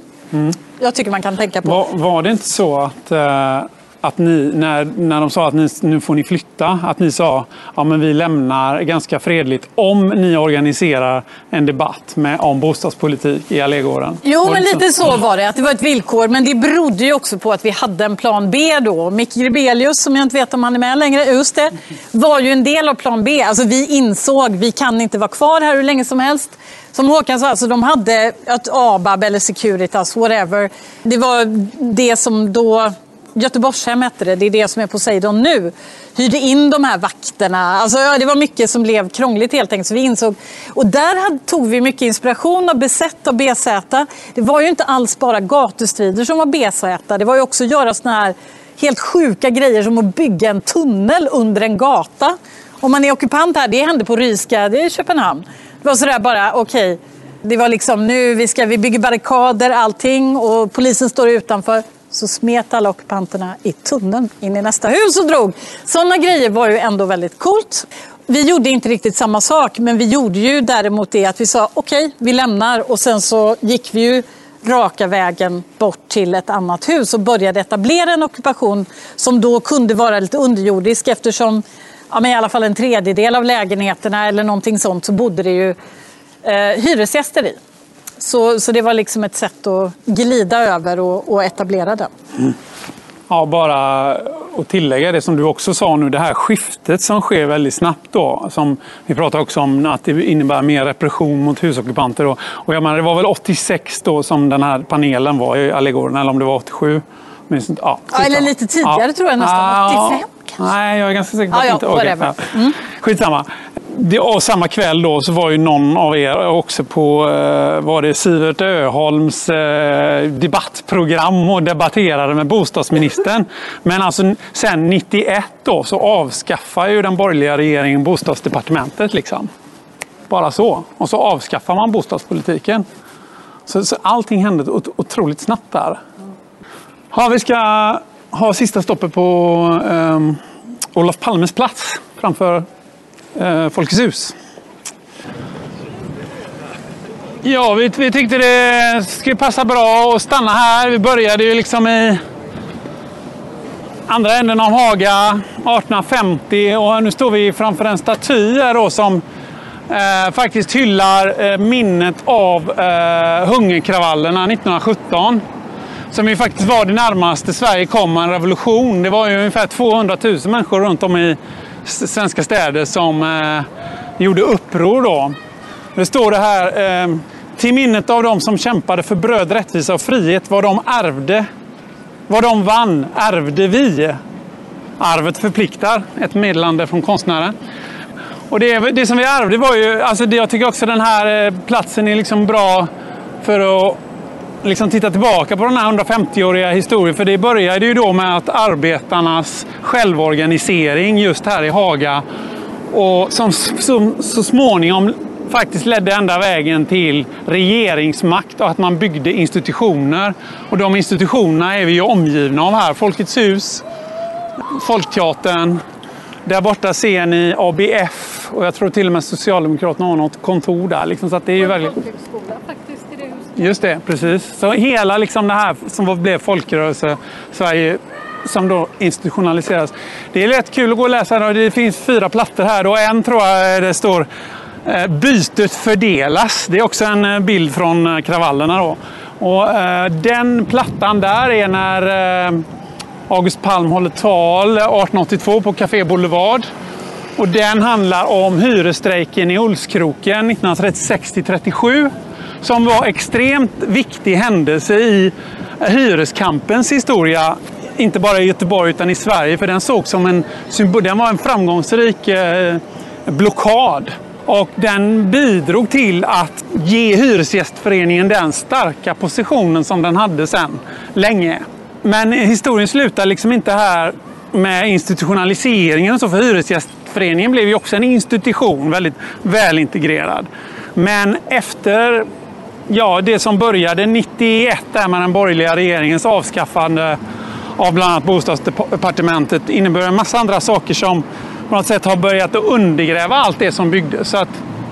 jag tycker man kan tänka på. Var det inte så att ni, när de sa att nu får ni flytta, att ni sa men vi lämnar ganska fredligt om ni organiserar en debatt om bostadspolitik i Allégården? Jo, men lite så var det, att det var ett villkor, men det berodde ju också på att vi hade en plan B då. Micke Grebelius, som jag inte vet om han är med längre, just det, var ju en del av plan B. Alltså vi insåg, vi kan inte vara kvar här hur länge som helst. Som Håkan sa, alltså de hade ett ABAB eller Securitas, whatever. Det var det som då Göteborgshem hette det är det som är Poseidon nu. Hyrde in de här vakterna. Alltså, det var mycket som blev krångligt helt enkelt. Så vi insåg, och där tog vi mycket inspiration av BZ och BZ. Det var ju inte alls bara gatustrider som var BZ. Det var ju också att göra såna här helt sjuka grejer som att bygga en tunnel under en gata. Om man är ockupant här, det hände på Ryska, det är Köpenhamn. Det var sådär bara, okej. Det var liksom, nu vi bygger barrikader, allting, och polisen står utanför. Så smet alla ockupanterna i tunneln in i nästa hus och drog. Sådana grejer var ju ändå väldigt coolt. Vi gjorde inte riktigt samma sak, men vi gjorde ju däremot det att vi sa okej, vi lämnar, och sen så gick vi ju raka vägen bort till ett annat hus och började etablera en ockupation som då kunde vara lite underjordisk, eftersom men i alla fall en tredjedel av lägenheterna eller någonting sånt så bodde det ju hyresgäster i. Så det var liksom ett sätt att glida över och etablera den. Mm. Ja, bara att tillägga det som du också sa nu, det här skiftet som sker väldigt snabbt då, som vi pratar också om att det innebär mer repression mot husockupanter, och jag menar, det var väl 86 då som den här panelen var i Allégården, eller om det var 87. Ja, eller lite tidigare tror jag nästan, 85 kanske. Nej, jag är ganska säker på att inte. Okay. Mm. Skitsamma. Och samma kväll då så var ju någon av er också på var det Sivert Öholms debattprogram och debatterade med bostadsministern. Men alltså sen 91 då så avskaffar ju den borgerliga regeringen bostadsdepartementet liksom. Bara så. Och så avskaffar man bostadspolitiken. Så allting hände otroligt snabbt där. Ja, vi ska ha sista stoppet på Olof Palmes plats framför Folkets hus. Ja, vi tyckte det skulle passa bra att stanna här. Vi började ju liksom i andra änden av Haga 1850 och nu står vi framför en staty här då som faktiskt hyllar minnet av hungerkravallerna 1917. Som ju faktiskt var det närmaste Sverige kom en revolution. Det var ju ungefär 200 000 människor runt om i svenska städer som gjorde uppror då. Det står det här, till minnet av dem som kämpade för bröd, rättvisa och frihet, vad de vann, ärvde vi. Arvet förpliktar, ett meddelande från konstnären. Och det som vi ärvde var ju, alltså jag tycker också den här platsen är liksom bra för att liksom titta tillbaka på den här 150-åriga historien. För det började ju då med att arbetarnas självorganisering just här i Haga och som så småningom faktiskt ledde ända vägen till regeringsmakt och att man byggde institutioner. Och de institutionerna är vi ju omgivna av här. Folkets hus, Folkteatern, där borta ser ni ABF och jag tror till och med Socialdemokraterna har något kontor där. Liksom, så att det är ju verkligen... faktiskt i det huset. Just det, precis. Så hela liksom det här som blev folkrörelse Sverige som då institutionaliseras. Det är lätt kul att gå och läsa. Det finns 4 plattor här och en tror jag det står bytet fördelas. Det är också en bild från kravallerna då. Och den plattan där är när August Palm håller tal 1882 på Café Boulevard. Och den handlar om hyresstrejken i Olskroken 1936-37 som var extremt viktig händelse i hyreskampens historia. Inte bara i Göteborg utan i Sverige, för den såg som en symbol. Den var en framgångsrik blockad. Och den bidrog till att ge Hyresgästföreningen den starka positionen som den hade sedan länge. Men historien slutar liksom inte här med institutionaliseringen och så, för Hyresgästföreningen blev ju också en institution, väldigt välintegrerad. Men efter det som började 91 där med den borgerliga regeringens avskaffande av bland annat bostadsdepartementet innebär en massa andra saker som på något sätt har börjat att undergräva allt det som byggdes. Så att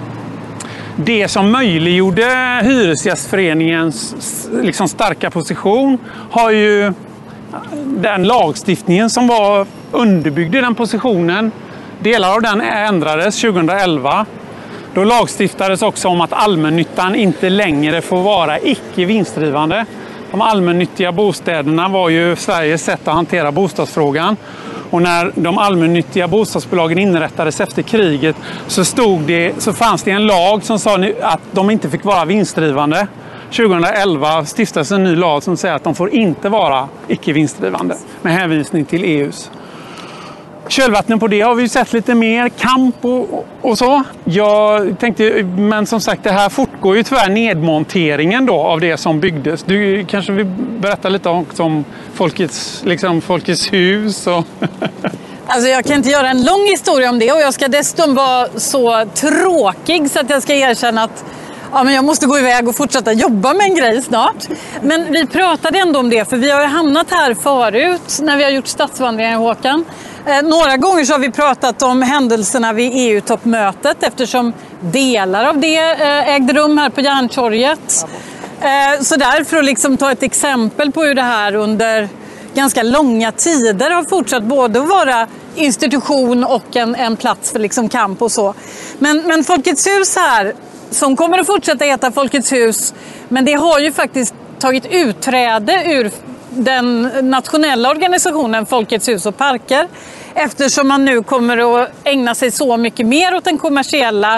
det som möjliggjorde Hyresgästföreningens liksom starka position har ju den lagstiftningen som var underbyggd i den positionen. Delar av den ändrades 2011. Då lagstiftades också om att allmännyttan inte längre får vara icke vinstdrivande. De allmännyttiga bostäderna var ju Sveriges sätt att hantera bostadsfrågan. Och när de allmännyttiga bostadsbolagen inrättades efter kriget så fanns det en lag som sa att de inte fick vara vinstdrivande. 2011 stiftades en ny lag som säger att de får inte vara icke vinstdrivande med hänvisning till EUs. Kölvattnen på det har vi sett lite mer kamp och så. Jag tänkte, men som sagt, det här fortgår ju tyvärr nedmonteringen då av det som byggdes. Du kanske vill berätta lite om Folkets hus och... Alltså jag kan inte göra en lång historia om det och jag ska dessutom vara så tråkig så att jag ska erkänna att men jag måste gå iväg och fortsätta jobba med en grej snart. Men vi pratade ändå om det, för vi har ju hamnat här förut när vi har gjort stadsvandringar i Håkan. Några gånger så har vi pratat om händelserna vid EU-toppmötet eftersom delar av det ägde rum här på Järntorget. Så därför att liksom ta ett exempel på hur det här under ganska långa tider har fortsatt både att vara institution och en plats för liksom kamp och så. Men Folkets hus här, som kommer att fortsätta heta Folkets hus, men det har ju faktiskt tagit utträde ur den nationella organisationen Folkets hus och parker, eftersom man nu kommer att ägna sig så mycket mer åt den kommersiella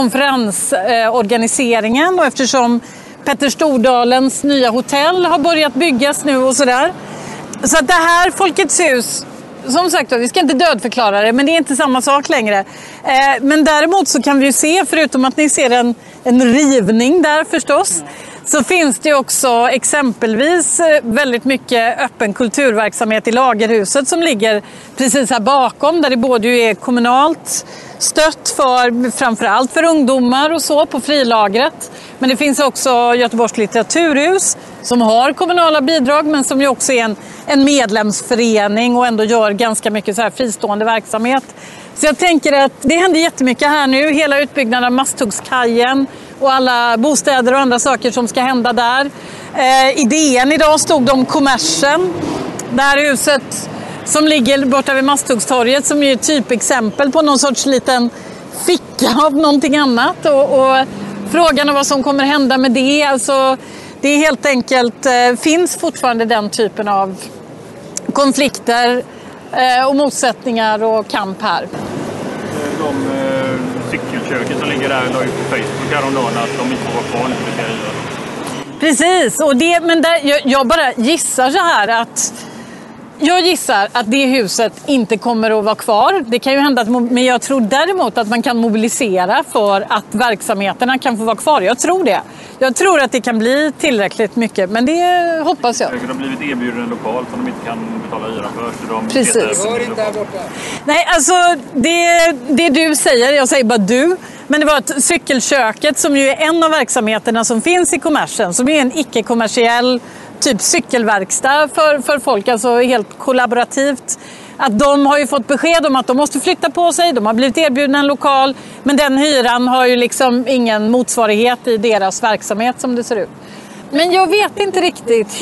konferensorganiseringen och eftersom Petter Stordalens nya hotell har börjat byggas nu och sådär. Så att det här Folkets hus som sagt, vi ska inte dödförklara det, men det är inte samma sak längre. Men däremot så kan vi ju se, förutom att ni ser en rivning där förstås, så finns det också exempelvis väldigt mycket öppen kulturverksamhet i Lagerhuset som ligger precis här bakom, där det både är kommunalt stött för framförallt för ungdomar och så på frilagret. Men det finns också Göteborgs litteraturhus som har kommunala bidrag, men som ju också är en medlemsförening och ändå gör ganska mycket så här fristående verksamhet. Så jag tänker att det händer jättemycket här nu. Hela utbyggnaden av Masthuggskajen och alla bostäder och andra saker som ska hända där. I DN idag stod det om Kommersen. Det här huset som ligger borta vid Masthuggstorget, som är ett typexempel på någon sorts liten ficka av någonting annat. Och frågan är vad som kommer hända med det. Alltså, det är helt enkelt, finns fortfarande den typen av konflikter och motsättningar och kamp här. De cykelköken som ligger där la ut på Facebook häromdagen att de inte får vara kvar nu. Precis, och men jag bara gissar så här att jag gissar att det huset inte kommer att vara kvar. Det kan ju hända, men jag tror däremot att man kan mobilisera för att verksamheterna kan få vara kvar. Jag tror det. Jag tror att det kan bli tillräckligt mycket, men det hoppas jag. De har blivit erbjuden en lokal som de inte kan betala hyra för. Så de precis. Nej, alltså det du säger, jag säger bara du. Men det var att cykelköket, som ju är en av verksamheterna som finns i Kommersen, som är en icke-kommersiell typ cykelverkstad för folk, alltså helt kollaborativt. Att de har ju fått besked om att de måste flytta på sig, de har blivit erbjudna en lokal, men den hyran har ju liksom ingen motsvarighet i deras verksamhet som det ser ut. Men jag vet inte riktigt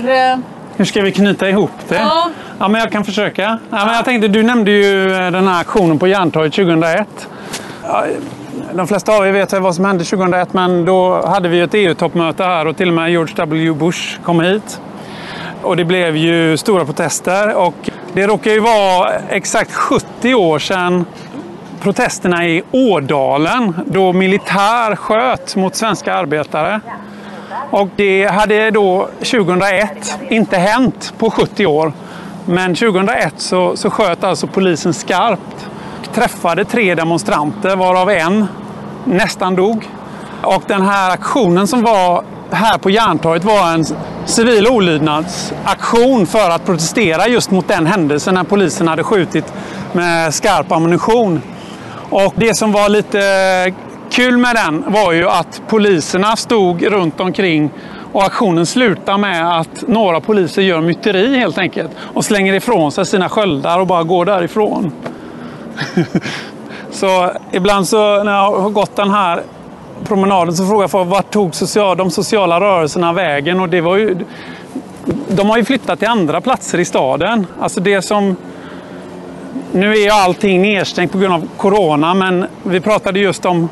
hur ska vi knyta ihop det? Ja, men jag kan försöka. Ja, men jag tänkte, du nämnde ju den här aktionen på Järntorget 2001. Ja, de flesta av er vet vad som hände 2001, men då hade vi ett EU-toppmöte här och till och med George W. Bush kom hit. Och det blev ju stora protester, och det råkar ju vara exakt 70 år sedan protesterna i Ådalen, då militär sköt mot svenska arbetare. Och det hade då 2001 inte hänt på 70 år. Men 2001 så sköt alltså polisen skarpt. Träffade 3 demonstranter, varav en nästan dog. Och den här aktionen som var här på Järntorget var en civil olydnadsaktion för att protestera just mot den händelsen när polisen hade skjutit med skarp ammunition. Och det som var lite kul med den var ju att poliserna stod runt omkring, och aktionen slutar med att några poliser gör myteri helt enkelt och slänger ifrån sig sina sköldar och bara går därifrån. Så ibland så när jag har gått den här promenaden så frågar jag folk, vart tog de sociala rörelserna vägen? Och det var ju, de har ju flyttat till andra platser i staden. Alltså det som, nu är ju allting nedstängt på grund av corona, men vi pratade just om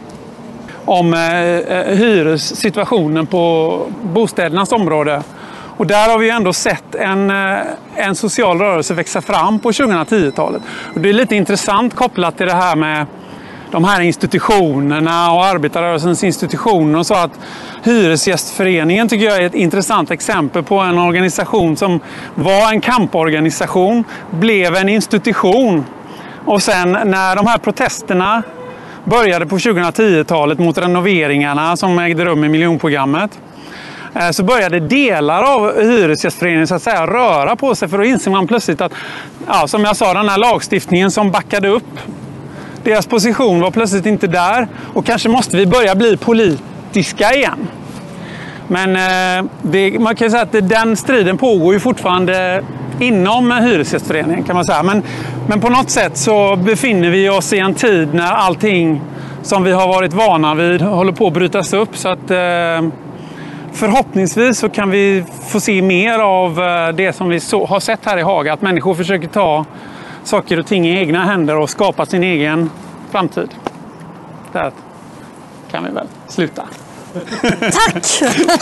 hyressituationen på bostädernas område. Och där har vi ändå sett en social rörelse växa fram på 2010-talet. Och det är lite intressant kopplat till det här med de här institutionerna och arbetarrörelsens institutioner och så, att Hyresgästföreningen tycker jag är ett intressant exempel på en organisation som var en kamporganisation, blev en institution. Och sen när de här protesterna började på 2010-talet mot renoveringarna som ägde rum i miljonprogrammet, så började delar av Hyresgästföreningen så att säga röra på sig, för då inser man plötsligt att, ja, som jag sa, den här lagstiftningen som backade upp deras position var plötsligt inte där, och kanske måste vi börja bli politiska igen. Men man kan säga att den striden pågår ju fortfarande inom Hyresgästföreningen, kan man säga. Men på något sätt så befinner vi oss i en tid när allting som vi har varit vana vid håller på att brytas upp, så att förhoppningsvis så kan vi få se mer av det som vi har sett här i Haga, att människor försöker ta saker och ting i egna händer och skapa sin egen framtid. Där kan vi väl sluta. Tack!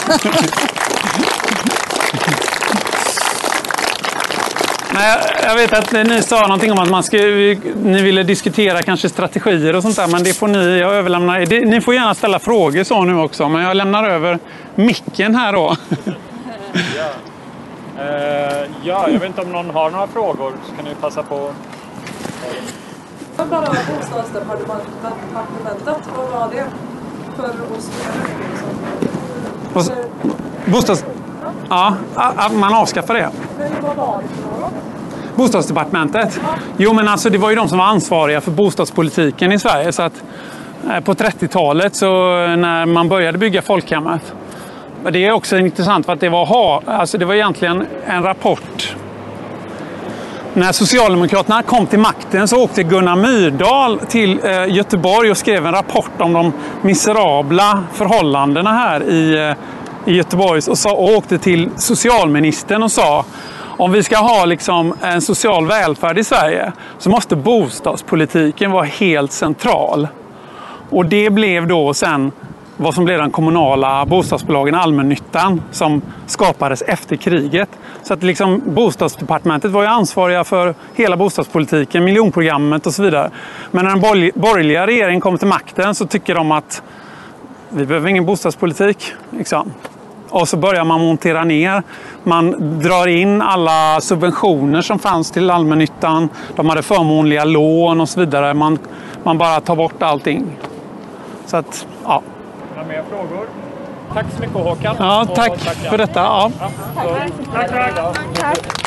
Nej, jag vet att ni sa någonting om att ni ville diskutera kanske strategier och sånt där, men det får jag överlämnar. Ni får gärna ställa frågor så nu också, men jag lämnar över micken här då. Ja, jag vet inte om någon har några frågor, så kan ni passa på. Bara bostadsdepartementet, vad var det för oss? Ja, man avskaffar det. Vad var det för något? Bostadsdepartementet? Jo, men alltså det var ju de som var ansvariga för bostadspolitiken i Sverige. Så att på 30-talet så när man började bygga folkhemmet. Det är också intressant för att det var egentligen en rapport. När Socialdemokraterna kom till makten så åkte Gunnar Myrdal till Göteborg och skrev en rapport om de miserabla förhållandena här i Göteborg. Och åkte till socialministern och sa: om vi ska ha liksom en social välfärd i Sverige så måste bostadspolitiken vara helt central. Och det blev då sen vad som blev den kommunala bostadsbolagen allmännyttan som skapades efter kriget. Så att liksom bostadsdepartementet var ju ansvariga för hela bostadspolitiken, miljonprogrammet och så vidare. Men när den borgerliga regeringen kom till makten så tycker de att vi behöver ingen bostadspolitik. Liksom. Och så börjar man montera ner. Man drar in alla subventioner som fanns till allmännyttan. De hade förmånliga lån och så vidare. Man bara tar bort allting. Så att, ja. Några mer frågor? Tack så mycket, Håkan. Ja, tack för detta. Ja. Tack.